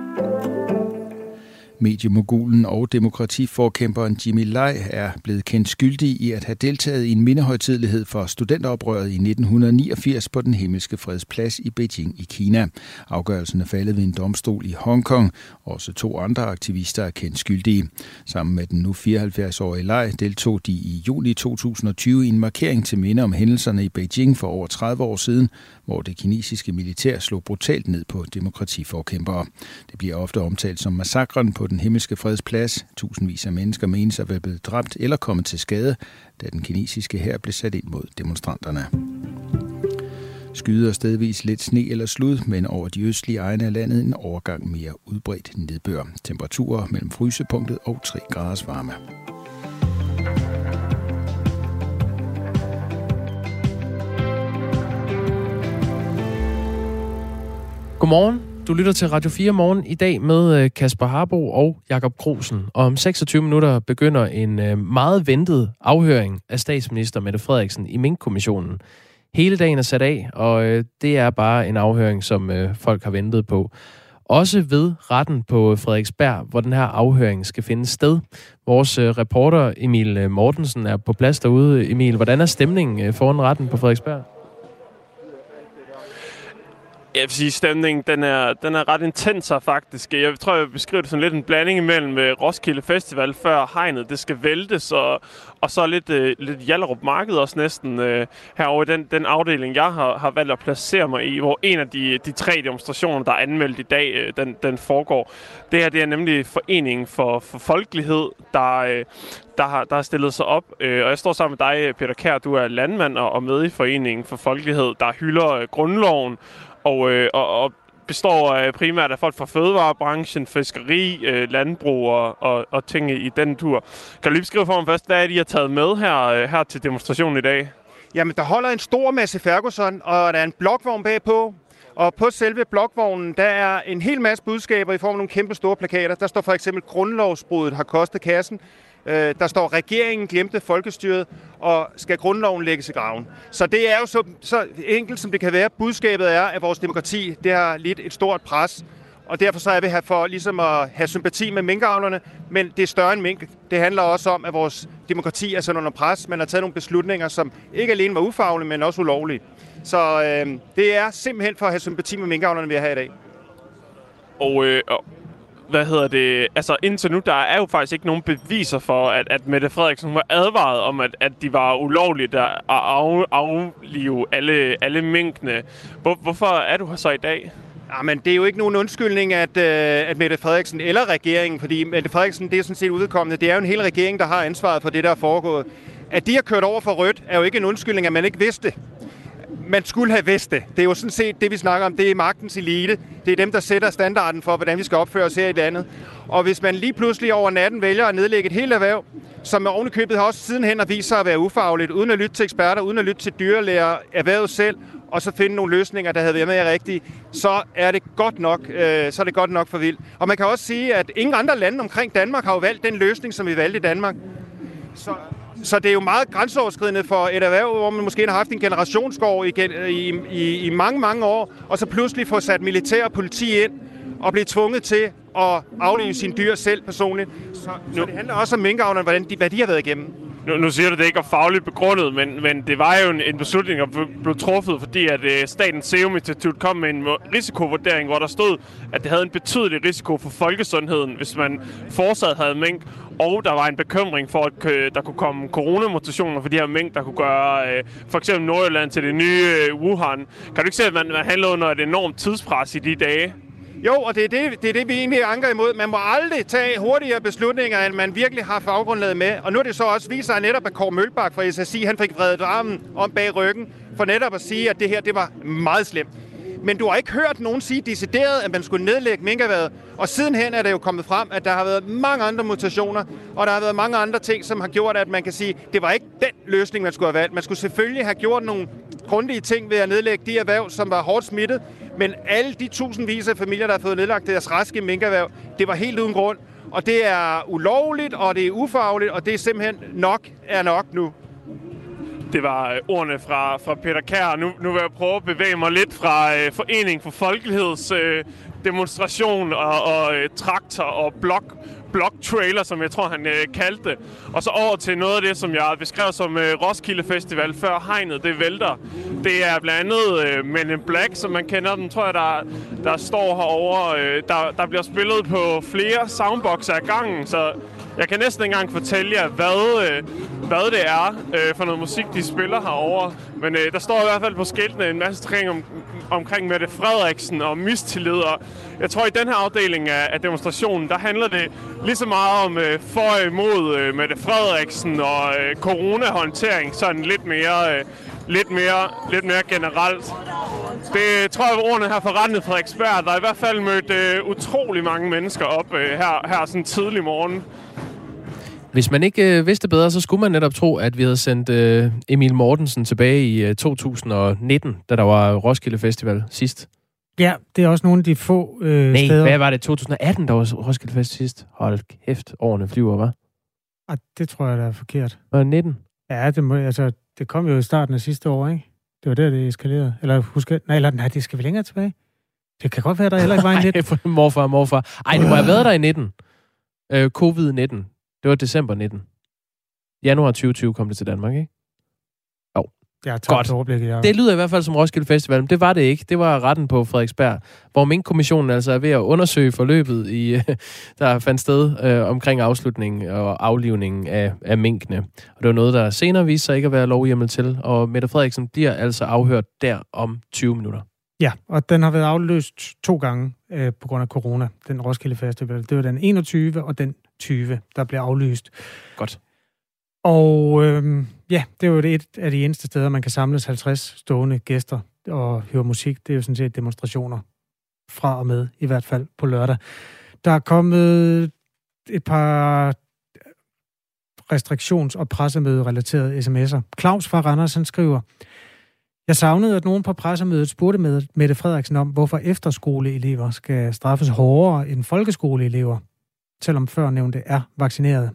Mediemogulen og demokratiforkæmperen Jimmy Lai er blevet kendt skyldig i at have deltaget i en mindehøjtidelighed for studenteroprøret i 1989 på den himmelske freds plads i Beijing i Kina. Afgørelsen er faldet ved en domstol i Hongkong. Også 2 andre aktivister er kendt skyldige. Sammen med den nu 74-årige Lai deltog de i juli 2020 i en markering til minde om hændelserne i Beijing for over 30 år siden, hvor det kinesiske militær slog brutalt ned på demokratiforkæmpere. Det bliver ofte omtalt som massakren på den himmelske freds plads. Tusindvis af mennesker menes at være blevet dræbt eller kommet til skade, da den kinesiske hær blev sat ind mod demonstranterne. Skyder stedvis lidt sne eller slud, men over de østlige egne af landet en overgang mere udbredt nedbør. Temperaturer mellem frysepunktet og 3 graders varme. Godmorgen. Du lytter til Radio 4 Morgen i dag med Kasper Harbo og Jakob Grosen. Og om 26 minutter begynder en meget ventet afhøring af statsminister Mette Frederiksen i Mink-kommissionen. Hele dagen er sat af, og det er bare en afhøring, som folk har ventet på. Også ved retten på Frederiksberg, hvor den her afhøring skal finde sted. Vores reporter Emil Mortensen er på plads derude. Emil, hvordan er stemningen foran retten på Frederiksberg? Jeg vil sige, stemningen den er ret intens her faktisk. Jeg tror, jeg vil beskrive det som lidt en blanding imellem Roskilde Festival, før hegnet det skal væltes, og så lidt Hjallerup Marked også næsten herovre i den afdeling, jeg har valgt at placere mig i, hvor en af de 3 demonstrationer, der er anmeldt i dag, den foregår. Det her det er nemlig Foreningen for Folkelighed, der har stillet sig op. Og jeg står sammen med dig, Peter Kjær. Du er landmand og med i Foreningen for Folkelighed, der hylder grundloven og består primært af folk fra fødevarebranchen, fiskeri, landbrug og ting i den tur. Kan du lige beskrive for mig først, hvad er det, I har taget med her til demonstrationen i dag? Jamen, der holder en stor masse Ferguson, og der er en blokvogn bagpå. Og på selve blokvognen, der er en hel masse budskaber i form af nogle kæmpe store plakater. Der står for eksempel, grundlovsbruddet har kostet kassen. Der står, regeringen glemte folkestyret, og skal grundloven lægges i graven. Så det er jo så enkelt, som det kan være. Budskabet er, at vores demokrati, det har lidt et stort pres. Og derfor så er vi her for ligesom at have sympati med minkavlerne, men det er større end mink. Det handler også om, at vores demokrati er sådan under pres. Man har taget nogle beslutninger, som ikke alene var ufaglige, men også ulovlige. Så det er simpelthen for at have sympati med minkavlerne, vi er her i dag. Og altså indtil nu, der er jo faktisk ikke nogen beviser for, at Mette Frederiksen var advaret om, at de var ulovligt at aflive alle minkene. Hvorfor er du her så i dag? Jamen, det er jo ikke nogen undskyldning, at Mette Frederiksen eller regeringen, fordi Mette Frederiksen, det er sådan set udkommende. Det er jo en hel regering, der har ansvaret for det, der er foregået. At de har kørt over for rødt, er jo ikke en undskyldning, at man ikke vidste det. Man skulle have vidst det. Det er jo sådan set det, vi snakker om. Det er magtens elite. Det er dem, der sætter standarden for, hvordan vi skal opføre os her i landet. Og hvis man lige pludselig over natten vælger at nedlægge et helt erhverv, som ovenikøbet har også sidenhen at vise sig at være ufagligt, uden at lytte til eksperter, uden at lytte til dyrlæger, erhvervet selv, og så finde nogle løsninger, der havde været mere rigtige, så er det godt nok for vildt. Og man kan også sige, at ingen andre lande omkring Danmark har jo valgt den løsning, som vi valgte i Danmark. Så det er jo meget grænseoverskridende for et erhverv, hvor man måske har haft en generationsgård i mange, mange år, og så pludselig få sat militær og politi ind og blive tvunget til at aflive sine dyr selv personligt. Så det handler også om minkavlerne, hvad de har været igennem. Nu siger du, det ikke er fagligt begrundet, men det var jo en beslutning, der blev truffet, fordi at Statens Serum Institut kom med en risikovurdering, hvor der stod, at det havde en betydelig risiko for folkesundheden, hvis man fortsat havde mink, og der var en bekymring for, at der kunne komme coronamutationer for de her mink, der kunne gøre for eksempel Nordjylland til det nye Wuhan. Kan du ikke se, at man handler under et enormt tidspres i de dage? Jo, og det er det, vi egentlig anker imod. Man må aldrig tage hurtigere beslutninger, end man virkelig har faggrundlaget med. Og nu er det så også vist sig netop, at Kåre Mølbak fra SSI, han fik vredet armen om bag ryggen, for netop at sige, at det her, det var meget slemt. Men du har ikke hørt nogen sige decideret, at man skulle nedlægge minkerhvervet. Og sidenhen er det jo kommet frem, at der har været mange andre mutationer, og der har været mange andre ting, som har gjort, at man kan sige, at det var ikke den løsning, man skulle have valgt. Man skulle selvfølgelig have gjort nogle grundige ting ved at nedlægge de erhverv, som var hårdt smittet. Men alle de tusindvis af familier, der har fået nedlagt deres raske minkerhverv, det var helt uden grund. Og det er ulovligt, og det er ufagligt, og det er simpelthen nok nu. Det var ordene fra Peter Kjær. Nu vil jeg prøve at bevæge mig lidt fra Forening for Folkeligheds demonstration og traktor og blok-trailer, som jeg tror, han kaldte det. Og så over til noget af det, som jeg beskrev som Roskilde Festival, før hegnet det vælter. Det er blandt andet Men in Black, som man kender dem, tror jeg, der står herovre. Der bliver spillet på flere soundboxer ad gangen, så jeg kan næsten ikke engang fortælle jer, hvad det er for noget musik, de spiller herovre. Men der står i hvert fald på skiltene en masse ting omkring Mette Frederiksen og mistillid. Og jeg tror, i den her afdeling af demonstrationen, der handler det lige så meget om for og imod Mette Frederiksen og coronahåndtering, sådan lidt mere generelt. Det tror jeg var ordene her fra Randen Frederiksberg. Der er i hvert fald mødt utrolig mange mennesker op her sådan tidlig morgen. Hvis man ikke vidste bedre, så skulle man netop tro, at vi havde sendt Emil Mortensen tilbage i 2019, da der var Roskilde Festival sidst. Ja, det er også nogle af de få steder. Hvad var det? 2018, der var Roskilde Fest sidst? Hold kæft, årene flyver, hva'? Det tror jeg, der er forkert. Var det 19? Ja, det kom jo i starten af sidste år, ikke? Det var der, det eskalerede. Nej, det skal vi længere tilbage. Det kan godt være, der heller ikke var en 19. morfar. Ej, det må have været der i 19. Covid-19. Det var december 19. Januar 2020 kom det til Danmark, ikke? Jo. Jeg tager et overblik, ja. Det lyder i hvert fald som Roskilde Festival, men det var det ikke. Det var Retten på Frederiksberg, hvor Minkkommissionen altså er ved at undersøge forløbet, der fandt sted omkring afslutningen og aflivningen af minkene. Og det var noget, der senere viste sig ikke at være lovhjemmel til, og Mette Frederiksen bliver altså afhørt der om 20 minutter. Ja, og den har været afløst 2 gange på grund af corona, den Roskilde Festival. Det var den 21. og den 20, der blev aflyst. Godt. Og det er jo et af de eneste steder, man kan samles 50 stående gæster og høre musik. Det er jo sådan set demonstrationer fra og med, i hvert fald på lørdag. Der er kommet et par restriktions- og pressemøde-relaterede sms'er. Claus fra Randers, han skriver: Jeg savnede, at nogen på pressemødet spurgte Mette Frederiksen om, hvorfor efterskoleelever skal straffes hårdere end folkeskoleelever, selvom førnævnte er vaccineret.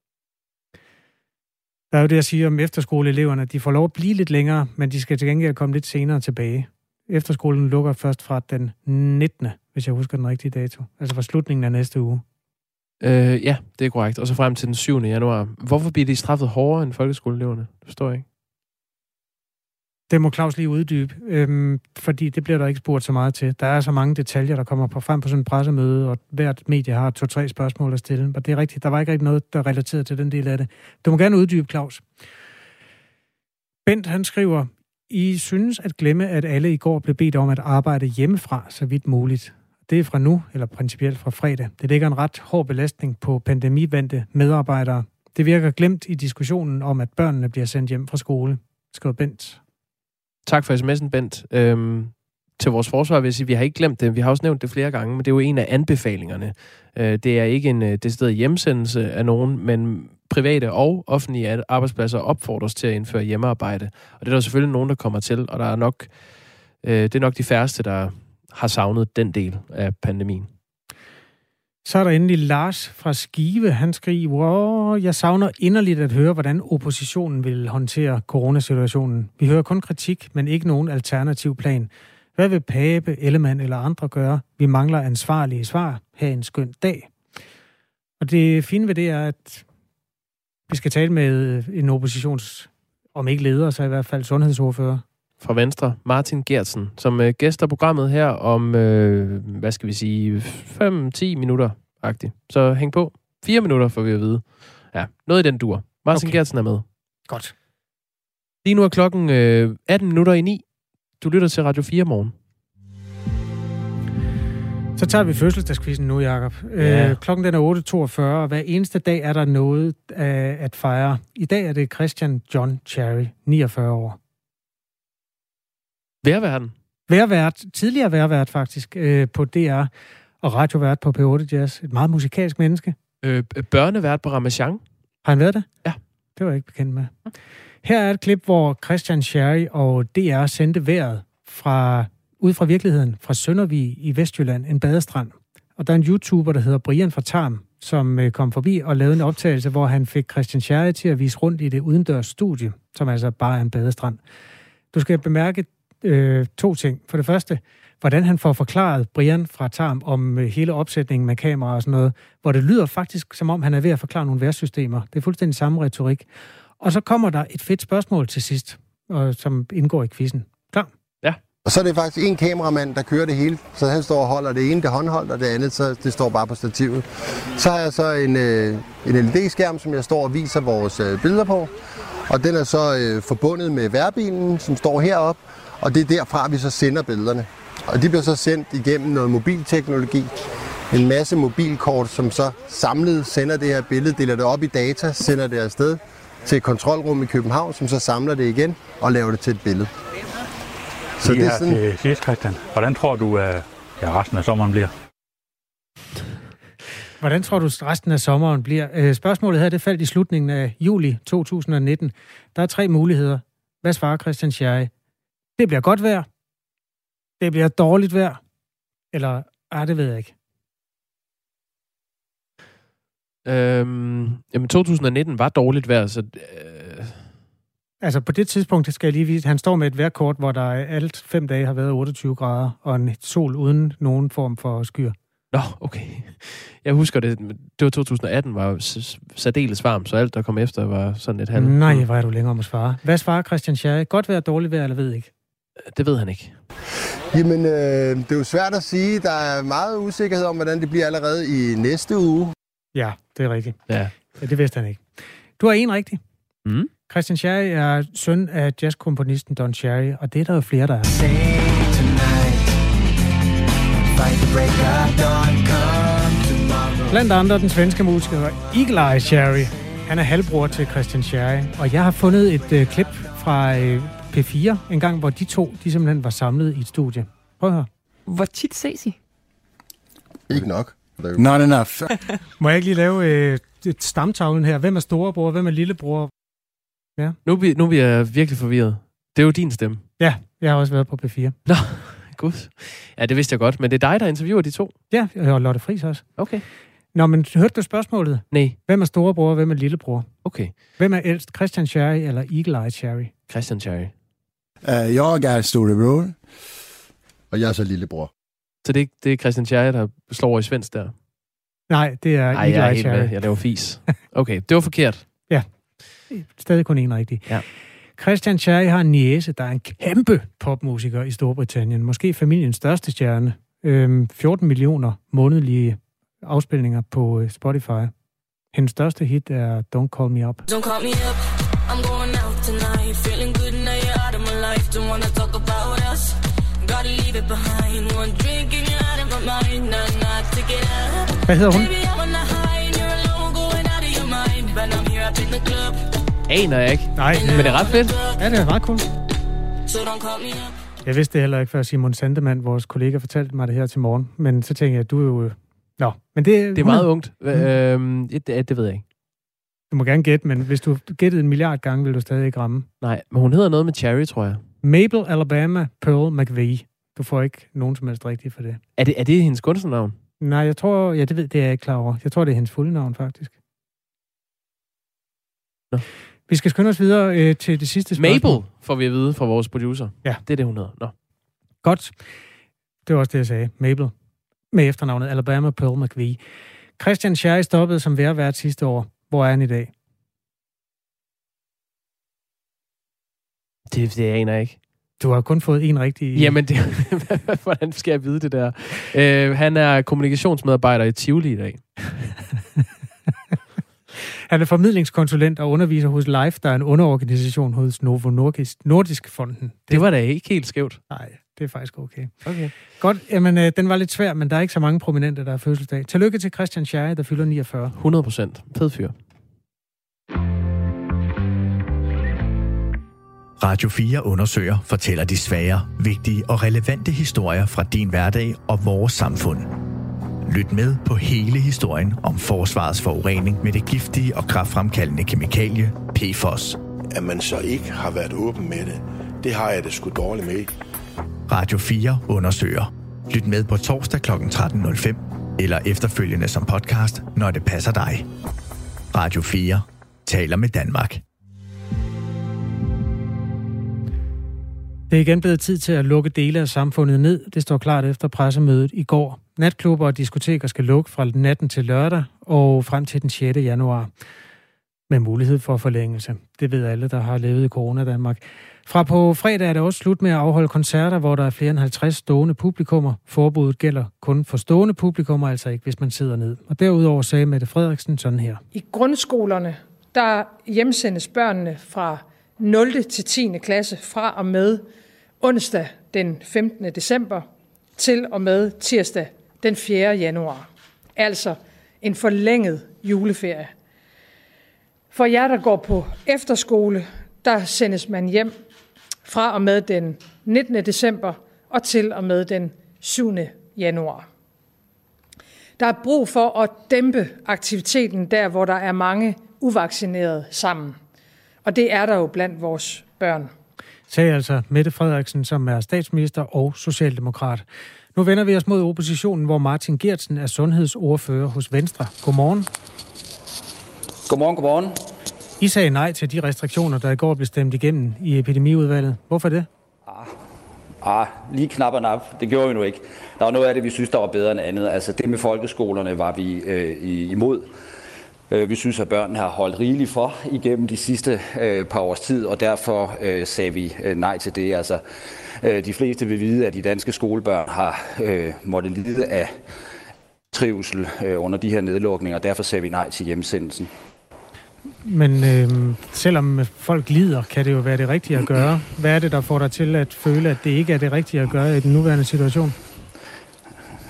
Der er jo det at sige om efterskoleeleverne, de får lov at blive lidt længere, men de skal til gengæld komme lidt senere tilbage. Efterskolen lukker først fra den 19., hvis jeg husker den rigtige dato. Altså fra slutningen af næste uge. Ja, det er korrekt. Og så frem til den 7. januar. Hvorfor bliver de straffet hårdere end folkeskoleeleverne? Det forstår jeg ikke. Det må Claus lige uddybe, fordi det bliver der ikke spurgt så meget til. Der er så mange detaljer, der kommer frem på sådan en pressemøde, og hvert medie har 2-3 spørgsmål at stille. Og det er rigtigt, der var ikke rigtig noget, der er relateret til den del af det. Du må gerne uddybe, Claus. Bent, han skriver: I synes at glemme, at alle i går blev bedt om at arbejde hjemmefra så vidt muligt. Det er fra nu, eller principielt fra fredag. Det lægger en ret hård belastning på pandemivante medarbejdere. Det virker glemt i diskussionen om, at børnene bliver sendt hjem fra skole, skriver Bent. Tak for sms'en, Bent. Til vores forsvar vil jeg sige, at vi har ikke glemt det. Vi har også nævnt det flere gange, men det er jo en af anbefalingerne. Det er ikke en decideret hjemsendelse af nogen, men private og offentlige arbejdspladser opfordres til at indføre hjemmearbejde. Og det er der selvfølgelig nogen, der kommer til, og der er nok, det er nok de færreste, der har savnet den del af pandemien. Så er der endelig Lars fra Skive. Han skriver: Jeg savner inderligt at høre, hvordan oppositionen vil håndtere coronasituationen. Vi hører kun kritik, men ikke nogen alternativ plan. Hvad vil Pape, Ellemann eller andre gøre? Vi mangler ansvarlige svar. Ha' en skøn dag. Og det fine ved det er, at vi skal tale med en oppositions, om ikke leder, så i hvert fald sundhedsordfører. Fra Venstre, Martin Geertsen, som gæster programmet her om, 5-10 minutter-agtigt. Så hæng på. 4 minutter får vi at vide. Ja, noget i den dur. Martin Geertsen er med. Godt. Lige nu er klokken 9:18. Du lytter til Radio 4 morgen. Så tager vi fødselsdagskvisten nu, Jacob. Ja. Klokken den er 8:42, og hver eneste dag er der noget at fejre. I dag er det Christian John Cherry, 49 år. Vejrvært. Tidligere vejrvært faktisk, på DR, og radiovært på P8 Jazz. Et meget musikalsk menneske. Børnevært på Ramachan. Har han været det? Ja. Det var jeg ikke bekendt med. Her er et klip, hvor Christian Cherry og DR sendte vejret ud fra virkeligheden, fra Søndervig i Vestjylland, en badestrand. Og der er en YouTuber, der hedder Brian fra Tarm, som kom forbi og lavede en optagelse, hvor han fik Christian Cherry til at vise rundt i det udendørs studie, som altså bare er en badestrand. Du skal bemærke 2 ting. For det første, hvordan han får forklaret Brian fra Tarm om hele opsætningen med kamera og sådan noget, hvor det lyder faktisk, som om han er ved at forklare nogle vejrsystemer. Det er fuldstændig samme retorik. Og så kommer der et fedt spørgsmål til sidst, som indgår i quizzen. Klar? Ja. Og så er det faktisk en kameramand, der kører det hele. Så han står og holder det ene, det håndholdt, og det andet, så det står bare på stativet. Så har jeg så en LED-skærm, som jeg står og viser vores billeder på. Og den er så forbundet med vejrbilen, som står heroppe. Og det er derfra, vi så sender billederne. Og de bliver så sendt igennem noget mobilteknologi. En masse mobilkort, som så samlet sender det her billede, deler det op i data, sender det afsted til et kontrolrum i København, som så samler det igen og laver det til et billede. Så det er sådan... til sidst, Christian. Hvordan tror du, at resten af sommeren bliver? Hvordan tror du, resten af sommeren bliver? Spørgsmålet her, det faldt i slutningen af juli 2019. Der er 3 muligheder. Hvad svarer Christian Cherry? Det bliver godt vejr. Det bliver dårligt vejr. Eller, det ved jeg ikke. Jamen, 2019 var dårligt vejr, så... Altså, på det tidspunkt skal jeg lige vise, han står med et vejrkort, hvor der alt 5 dage har været 28 grader, og en sol uden nogen form for skyer. Nå, okay. Jeg husker det. Det var 2018, var særdeles varmt, så alt, der kom efter, var sådan et halvt... Nej, hvor er du længere om at svare. Hvad svarer Christian Cherry? Godt vejr, dårligt vejr, eller ved ikke? Det ved han ikke. Jamen, det er jo svært at sige. Der er meget usikkerhed om, hvordan det bliver allerede i næste uge. Ja, det er rigtigt. Ja. Det vidste han ikke. Du har en rigtig. Mm. Christian Cherry er søn af jazzkomponisten Don Cherry, og det er der jo flere, der er. Blandt andre den svenske musiker Eagle-Eye Cherry. Han er halvbror til Christian Scherry, og jeg har fundet et klip fra P4 en gang, hvor de simpelthen var samlet i et studie. Prøv at høre. Hvor tit ses I? Ikke nok. Not enough. Må jeg ikke lige lave et stamtavlen her? Hvem er storebror? Hvem er lillebror? Ja. Nu bliver jeg virkelig forvirret. Det er jo din stemme. Ja, jeg har også været på P4. Nå, gud. Ja, det vidste jeg godt, men det er dig, der interviewer de to? Ja, og Lotte Friis også. Okay. Nå, men hørte du spørgsmålet? Nej. Hvem er storebror, og hvem er lillebror? Okay. Hvem er ældst, Christian Scherry eller Eagle-Eyed Scherry? Christian Scherry. Jeg er storebror. Og jeg er så lillebror. Så det er Christian Scherry, der slår over i svensk der? Nej, det er Eagle-Eyed Scherry. Jeg laver fis. Okay, det var forkert. Ja, stadig kun en rigtig. Ja. Christian Scherry har en niece, der er en kæmpe popmusiker i Storbritannien. Måske familiens største stjerne. 14 millioner månedlige afspilninger på Spotify. Hendes største hit er Don't Call Me Up. Don't call me up, I'm going out tonight. Feeling good now you're out of my life. Don't wanna talk about us, gotta leave it behind. One drink and you're out of my mind. Not to get up. Hvad hedder hun? Baby, I'm on the high and you're alone going out of your mind. But I'm here up in the club. Aner jeg ikke. Nej, men det er ret fedt. Ja, det er ret cool. So don't call me up. Jeg vidste det heller ikke, før Simon Sandemann, vores kollega, fortalte mig det her til morgen. Men så tænkte jeg, at du er jo... Nå, men det er meget ungt. Det ved jeg ikke. Du må gerne gætte, men hvis du gættede 1 milliard gange, vil du stadig ikke ramme. Nej, men hun hedder noget med Cherry, tror jeg. Mabel Alabama Pearl McVie. Du får ikke nogen som helst rigtigt for det. Er det hendes kunstnernavn? Nej, jeg tror... Ja, det er jeg ikke klar over. Jeg tror, det er hendes fulde navn, faktisk. Nå. Vi skal skynde os videre til det sidste spørgsmål. Mabel, får vi at vide fra vores producer. Ja. Det er det, hun hedder. Nå. Godt. Det var også det, jeg sagde. Mabel. Med efternavnet Alabama Pearl McVie. Christian Scherry stoppede som vejrvært sidste år. Hvor er han i dag? Det aner jeg ikke. Du har kun fået en rigtig... Jamen, hvordan skal jeg vide det der? Han er kommunikationsmedarbejder i Tivoli i dag. Han er formidlingskonsulent og underviser hos LIFE, der er en underorganisation hos Novo Nordisk Fonden. Det var da ikke helt skævt. Nej, det er faktisk okay. Okay. Godt, jamen den var lidt svær, men der er ikke så mange prominente, der har fødselsdag. Tillykke til Christian Scherry, der fylder 49. 100%. Fed fyr. Radio 4 undersøger, fortæller de svære, vigtige og relevante historier fra din hverdag og vores samfund. Lyt med på hele historien om forsvarets forurening med det giftige og kræftfremkaldende kemikalie PFOS. At man så ikke har været åben med det, det har jeg det sgu dårligt med. Radio 4 undersøger. Lyt med på torsdag kl. 13.05 eller efterfølgende som podcast, når det passer dig. Radio 4 taler med Danmark. Det er igen blevet tid til at lukke dele af samfundet ned. Det står klart efter pressemødet i går. Natklubber og diskoteker skal lukke fra natten til lørdag og frem til den 6. januar. Med mulighed for forlængelse. Det ved alle, der har levet i Corona-Danmark. Fra på fredag er det også slut med at afholde koncerter, hvor der er flere end 50 stående publikummer. Forbuddet gælder kun for stående publikummer, altså ikke hvis man sidder ned. Og derudover sagde Mette Frederiksen sådan her. I grundskolerne, der hjemsendes børnene fra 0. til 10. klasse fra og med onsdag den 15. december til og med tirsdag den 4. januar. Altså en forlænget juleferie. For jer, der går på efterskole, der sendes man hjem fra og med den 19. december og til og med den 7. januar. Der er brug for at dæmpe aktiviteten der, hvor der er mange uvaccinerede sammen. Og det er der jo blandt vores børn. Sagde altså Mette Frederiksen, som er statsminister og socialdemokrat. Nu vender vi os mod oppositionen, hvor Martin Geertsen er sundhedsordfører hos Venstre. Godmorgen. Godmorgen. I sagde nej til de restriktioner, der i går blev stemt igennem i epidemiudvalget. Hvorfor det? Lige knap og nap. Det gjorde vi nu ikke. Der var noget af det, vi synes, der var bedre end andet. Altså det med folkeskolerne var vi imod. Vi synes, at børnene har holdt rigeligt for igennem de sidste par års tid, og derfor sagde vi nej til det. Altså, de fleste vil vide, at de danske skolebørn har måttet lide af trivsel under de her nedlukninger, og derfor sagde vi nej til hjemsendelsen. Men selvom folk lider, kan det jo være det rigtige at gøre. Hvad er det, der får dig til at føle, at det ikke er det rigtige at gøre i den nuværende situation?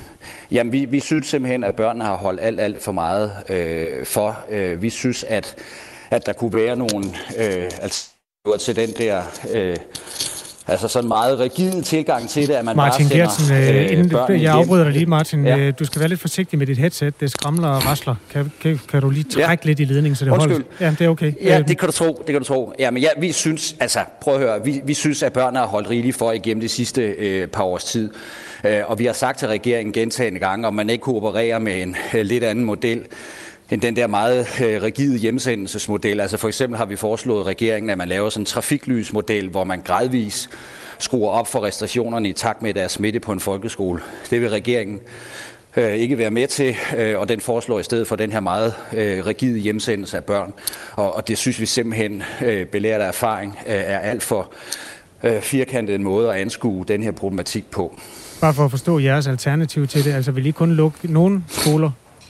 Jamen, vi synes simpelthen, at børnene har holdt alt for meget for. Vi synes, at der kunne være nogle til den der altså sådan meget rigide tilgang til det, at man Martin bare Geertsen, børnene jeg afbryder dig lige, Martin. Ja. Du skal være lidt forsigtig med dit headset. Det skramler og rasler. Kan du lige trække lidt i ledningen, så det holder? Ja, det er okay. Ja, det kan du tro. Ja, men vi synes, altså prøv at høre, vi synes, at børnene har holdt rigeligt for igennem de sidste par års tid. Og vi har sagt til regeringen gentagne gange, om man ikke kunne operere med en lidt anden model end den der meget rigide hjemsendelsesmodel. Altså for eksempel har vi foreslået regeringen, at man laver sådan en trafiklysmodel, hvor man gradvis skruer op for restriktionerne i takt med, at der er smitte på en folkeskole. Det vil regeringen ikke være med til, og den foreslår i stedet for den her meget rigide hjemsendelse af børn. Og det synes vi simpelthen, belært af erfaring, er alt for firkantet en måde at anskue den her problematik på. Bare for at forstå jeres alternativ til det, altså vil I kun lukke nogle skoler?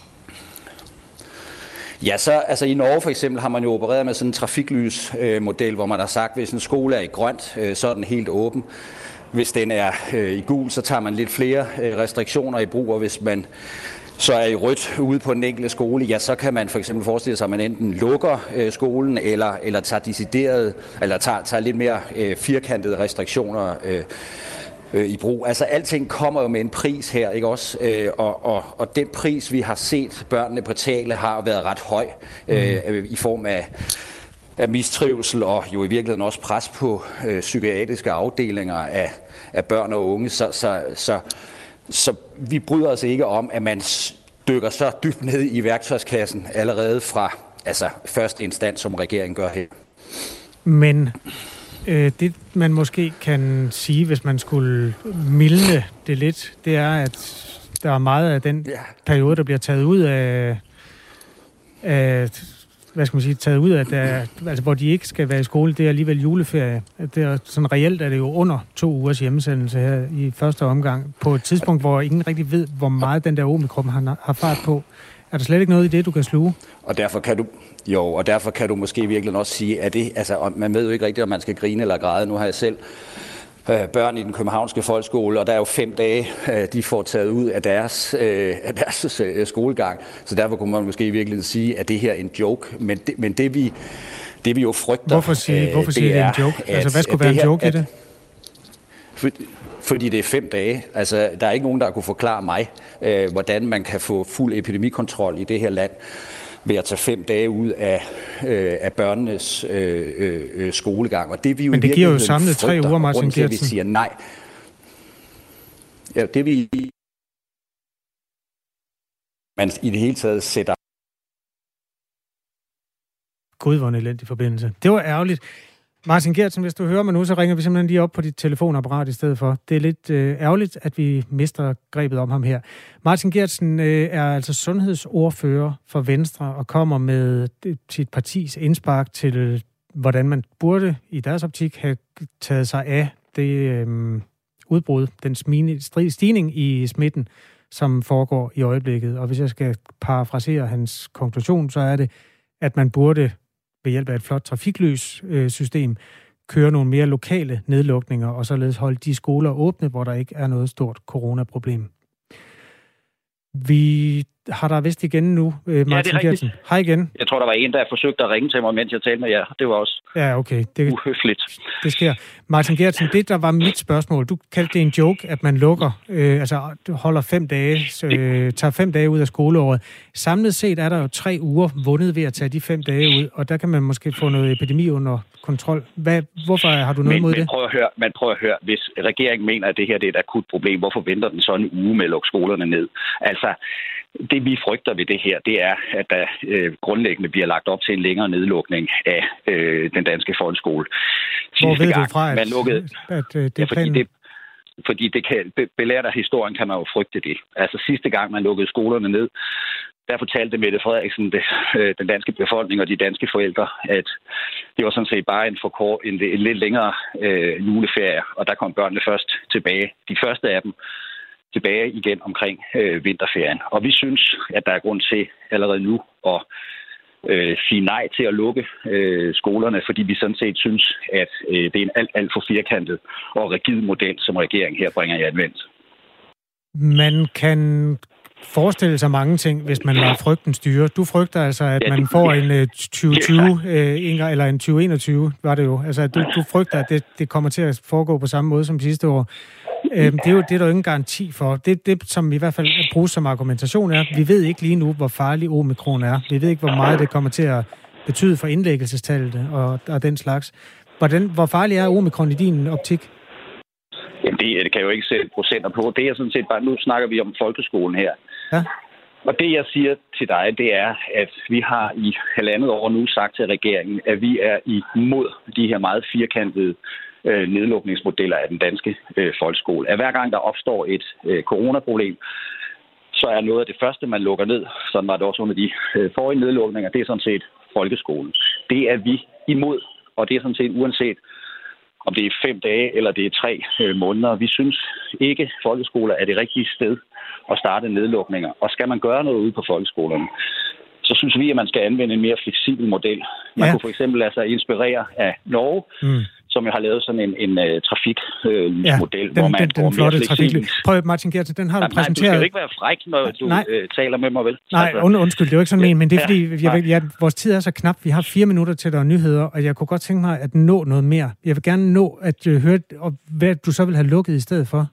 Ja, så altså i Norge for eksempel har man jo opereret med sådan en trafiklysmodel, hvor man har sagt, at hvis en skole er i grønt, så er den helt åben. Hvis den er i gul, så tager man lidt flere restriktioner i brug, og hvis man så er i rødt ude på den enkelte skole, ja, så kan man for eksempel forestille sig, at man enten lukker skolen, eller tager decideret, eller tager lidt mere firkantede restriktioner i brug. Altså alting kommer jo med en pris her, ikke også? Og den pris, vi har set børnene betale, har været ret høj i form af mistrivsel og jo i virkeligheden også pres på psykiatriske afdelinger af børn og unge. Så vi bryder os ikke om, at man dykker så dybt ned i værktøjskassen allerede fra første instans, som regeringen gør her. Men det, man måske kan sige, hvis man skulle mildne det lidt, det er, at der er meget af den periode, der bliver taget ud af hvad skal man sige, taget ud af, altså hvor de ikke skal være i skole, det er alligevel juleferie. Det er sådan reelt er det jo under 2 ugers hjemmesendelse her i første omgang, på et tidspunkt, hvor ingen rigtig ved, hvor meget den der omikron har fart på. Er der slet ikke noget i det, du kan sluge? Og derfor kan du måske virkelig også sige, at det, altså, man ved jo ikke rigtigt, om man skal grine eller græde. Nu har jeg selv børn i den københavnske folkeskole, og der er jo 5 dage, de får taget ud af deres skolegang. Så derfor kunne man måske virkelig sige, at det her er en joke. Men det vi jo frygter... Hvorfor siger det er en joke? Altså, hvad skulle være en joke i det? Fordi det er 5 dage. Altså, der er ikke nogen, der kunne forklare mig, hvordan man kan få fuld epidemikontrol i det her land ved at tage 5 dage ud af børnenes skolegang. Og det vi jo men det giver jo samlet 3 uger, Martin Geertsen. Vi siger nej. Ja, det vi man i det hele taget sætter. Gud, hvor en elendig forbindelse. Det var ærgerligt. Martin Geertsen, hvis du hører mig nu, så ringer vi simpelthen lige op på dit telefonapparat i stedet for. Det er lidt ærgerligt, at vi mister grebet om ham her. Martin Geertsen er altså sundhedsordfører for Venstre og kommer med sit partis indspark til, hvordan man burde i deres optik have taget sig af det udbrud, den stigning i smitten, som foregår i øjeblikket. Og hvis jeg skal parafrasere hans konklusion, så er det, at man burde ved hjælp af et flot trafikløs-system køre nogle mere lokale nedlukninger og således holde de skoler åbne, hvor der ikke er noget stort coronaproblem. Vi har der vist igen nu, Martin Geertsen. Hej igen. Jeg tror, der var en, der forsøgte at ringe til mig, mens jeg talte med jer. Det var også uhøfligt. Det sker. Martin Geertsen, det der var mit spørgsmål. Du kaldte det en joke, at man lukker, holder 5 dage, tager 5 dage ud af skoleåret. Samlet set er der jo 3 uger vundet ved at tage de 5 dage ud, og der kan man måske få noget epidemi under kontrol. Hvorfor har du noget imod det? Prøv at høre, hvis regeringen mener, at det her det er et akut problem, hvorfor venter den så en uge med at lukke skolerne ned? Altså, det vi frygter ved det her, det er, at der grundlæggende bliver lagt op til en længere nedlukning af den danske folkeskole. Hvor ved du fra, at det er planen? Fordi det kan, belært af historien kan man jo frygte det. Altså sidste gang, man lukkede skolerne ned, der fortalte Mette Frederiksen den danske befolkning og de danske forældre, at det var sådan set bare en lidt længere juleferie, og der kom børnene først tilbage. De første af dem tilbage igen omkring vinterferien. Og vi synes, at der er grund til allerede nu at sige nej til at lukke skolerne, fordi vi sådan set synes, at det er en alt for firkantet og rigid model, som regeringen her bringer i anvendelse. Man kan forestille sig mange ting, hvis man lader frygten styre. Du frygter altså, at man får en 2020 eller en 2021, var det jo. Altså, du frygter, at det kommer til at foregå på samme måde som sidste år. Det er jo der jo ingen garanti for. Det, som i hvert fald bruges som argumentation, er, vi ved ikke lige nu, hvor farlig omikron er. Vi ved ikke, hvor meget det kommer til at betyde for indlæggelsestallet og den slags. Hvor farlig er omikron i din optik? Jamen, det kan jo ikke sætte procenter på. Det er sådan set bare, nu snakker vi om folkeskolen her. Ja. Og det, jeg siger til dig, det er, at vi har i 1,5 år nu sagt til regeringen, at vi er imod de her meget firkantede nedlukningsmodeller af den danske folkeskole. At hver gang der opstår et coronaproblem, så er noget af det første, man lukker ned, sådan var det også under de forrige nedlukninger, det er sådan set folkeskolen. Det er vi imod, og det er sådan set uanset om det er 5 dage eller det er 3 måneder. Vi synes ikke, at folkeskoler er det rigtige sted at starte nedlukninger. Og skal man gøre noget ude på folkeskolerne, så synes vi, at man skal anvende en mere fleksibel model. Man kunne for eksempel lade sig inspirere af Norge, som jo har lavet sådan en trafikmodel, hvor man den flotte trafiklys. Prøv, Martin Geertsen, den har du præsenteret. Du skal jo ikke være fræk, når du taler med mig, vel? Nej, undskyld, det er jo ikke sådan en, men det er fordi, vores tid er så knap. Vi har 4 minutter til der nyheder, og jeg kunne godt tænke mig at nå noget mere. Jeg vil gerne nå at høre, hvad du så vil have lukket i stedet for.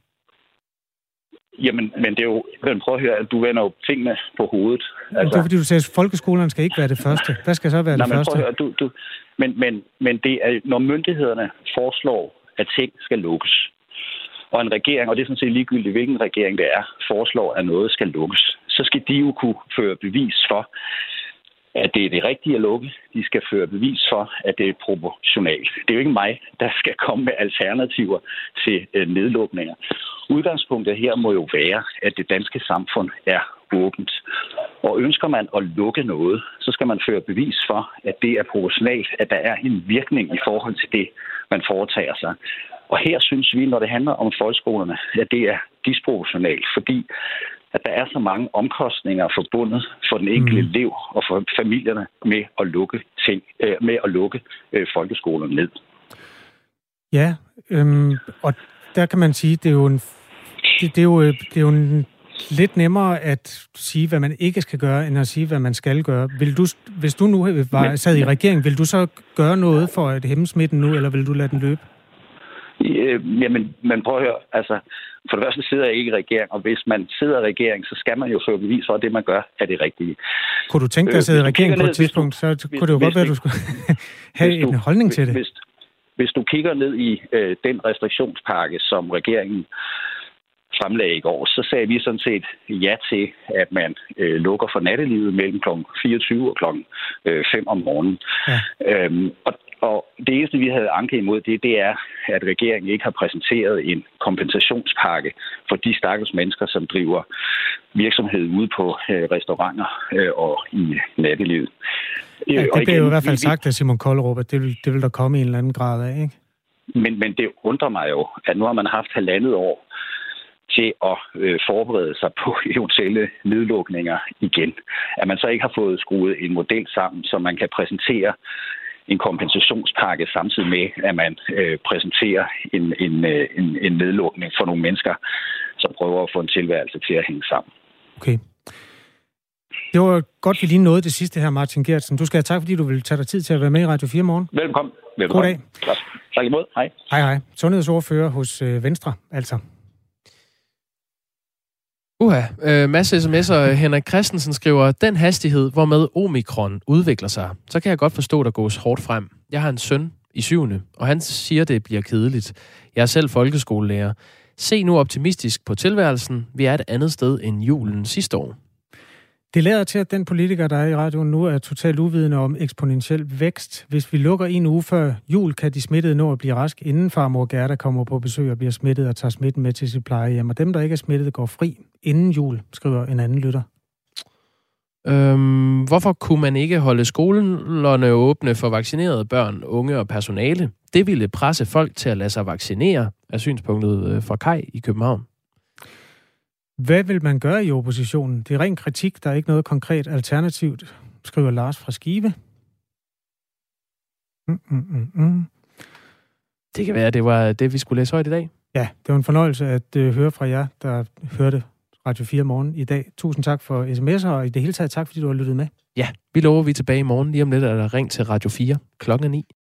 Jamen, men det er jo... Prøv at høre, at du vender jo tingene på hovedet. Altså, det er fordi, du sagde, at folkeskolerne skal ikke være det første. Hvad skal så være det første? Prøv at høre, men det er, når myndighederne foreslår, at ting skal lukkes, og en regering, og det er sådan set ligegyldigt, hvilken regering det er, foreslår, at noget skal lukkes, så skal de jo kunne føre bevis for, at det er det rigtige at lukke. De skal føre bevis for, at det er proportionalt. Det er jo ikke mig, der skal komme med alternativer til nedlukninger. Udgangspunktet her må jo være, at det danske samfund er åbent. Og ønsker man at lukke noget, så skal man føre bevis for, at det er proportionalt, at der er en virkning i forhold til det, man foretager sig. Og her synes vi, når det handler om folkeskolerne, at det er disproportionalt, fordi at der er så mange omkostninger forbundet for den enkelte elev og for familierne med at lukke folkeskolerne ned. Ja, og der kan man sige, det er jo en lidt nemmere at sige, hvad man ikke skal gøre, end at sige, hvad man skal gøre. Hvis du nu sad i regeringen, vil du så gøre noget for at hæmme smitten nu, eller vil du lade den løbe? Jamen prøv at høre, altså for det første sidder jeg ikke i regering, og hvis man sidder i regering, så skal man jo føre bevis for, at det man gør er det rigtige. Kunne du tænke dig at sidde i regering på et tidspunkt, så kunne det jo godt være, at du skulle have en holdning til det. Hvis du kigger ned i den restriktionspakke, som regeringen fremlagde i går, så sagde vi sådan set ja til, at man lukker for nattelivet mellem kl. 24 og kl. 5 om morgenen. Ja. Og det eneste, vi havde anke imod det er, at regeringen ikke har præsenteret en kompensationspakke for de stakkels mennesker, som driver virksomhed ude på restauranter og i nattelivet. Ja, det blev jo i hvert fald sagt af Simon Kollerup, at det vil der komme i en eller anden grad af, ikke? Men det undrer mig jo, at nu har man haft 1,5 år til at forberede sig på eventuelle nedlukninger igen. At man så ikke har fået skruet en model sammen, så man kan præsentere en kompensationspakke samtidig med, at man præsenterer en nedlukning for nogle mennesker, som prøver at få en tilværelse til at hænge sammen. Okay. Det var godt, vi lige nåede det sidste her, Martin Geertsen. Du skal have tak, fordi du vil tage dig tid til at være med i Radio 4 morgen. Velkommen. God dag. Tak imod. Hej. Hej. Sundhedsordfører hos Venstre, altså. Masse sms'er. Henrik Christensen skriver, den hastighed, hvormed omikron udvikler sig, så kan jeg godt forstå, at der gås hårdt frem. Jeg har en søn i 7. og han siger, det bliver kedeligt. Jeg er selv folkeskolelærer. Se nu optimistisk på tilværelsen. Vi er et andet sted end julen sidste år. Det lader til, at den politiker, der er i radioen nu, er totalt uvidende om eksponentiel vækst. Hvis vi lukker 1 uge før jul, kan de smittede nå at blive rask, inden farmor Gerda kommer på besøg og bliver smittet og tager smitten med til sit plejehjem. Og dem, der ikke er smittet, går fri inden jul, skriver en anden lytter. Hvorfor kunne man ikke holde skolerne åbne for vaccinerede børn, unge og personale? Det ville presse folk til at lade sig vaccinere, er synspunktet fra Kai i København. Hvad vil man gøre i oppositionen? Det er ren kritik, der er ikke noget konkret alternativt, skriver Lars fra Skive. Det kan være, det var det, vi skulle læse højt i dag. Ja, det var en fornøjelse at høre fra jer, der hørte Radio 4 Morgen i dag. Tusind tak for sms'er, og i det hele taget tak, fordi du har lyttet med. Ja, vi lover, vi er tilbage i morgen. Lige om lidt er der ring til Radio 4 klokken 9.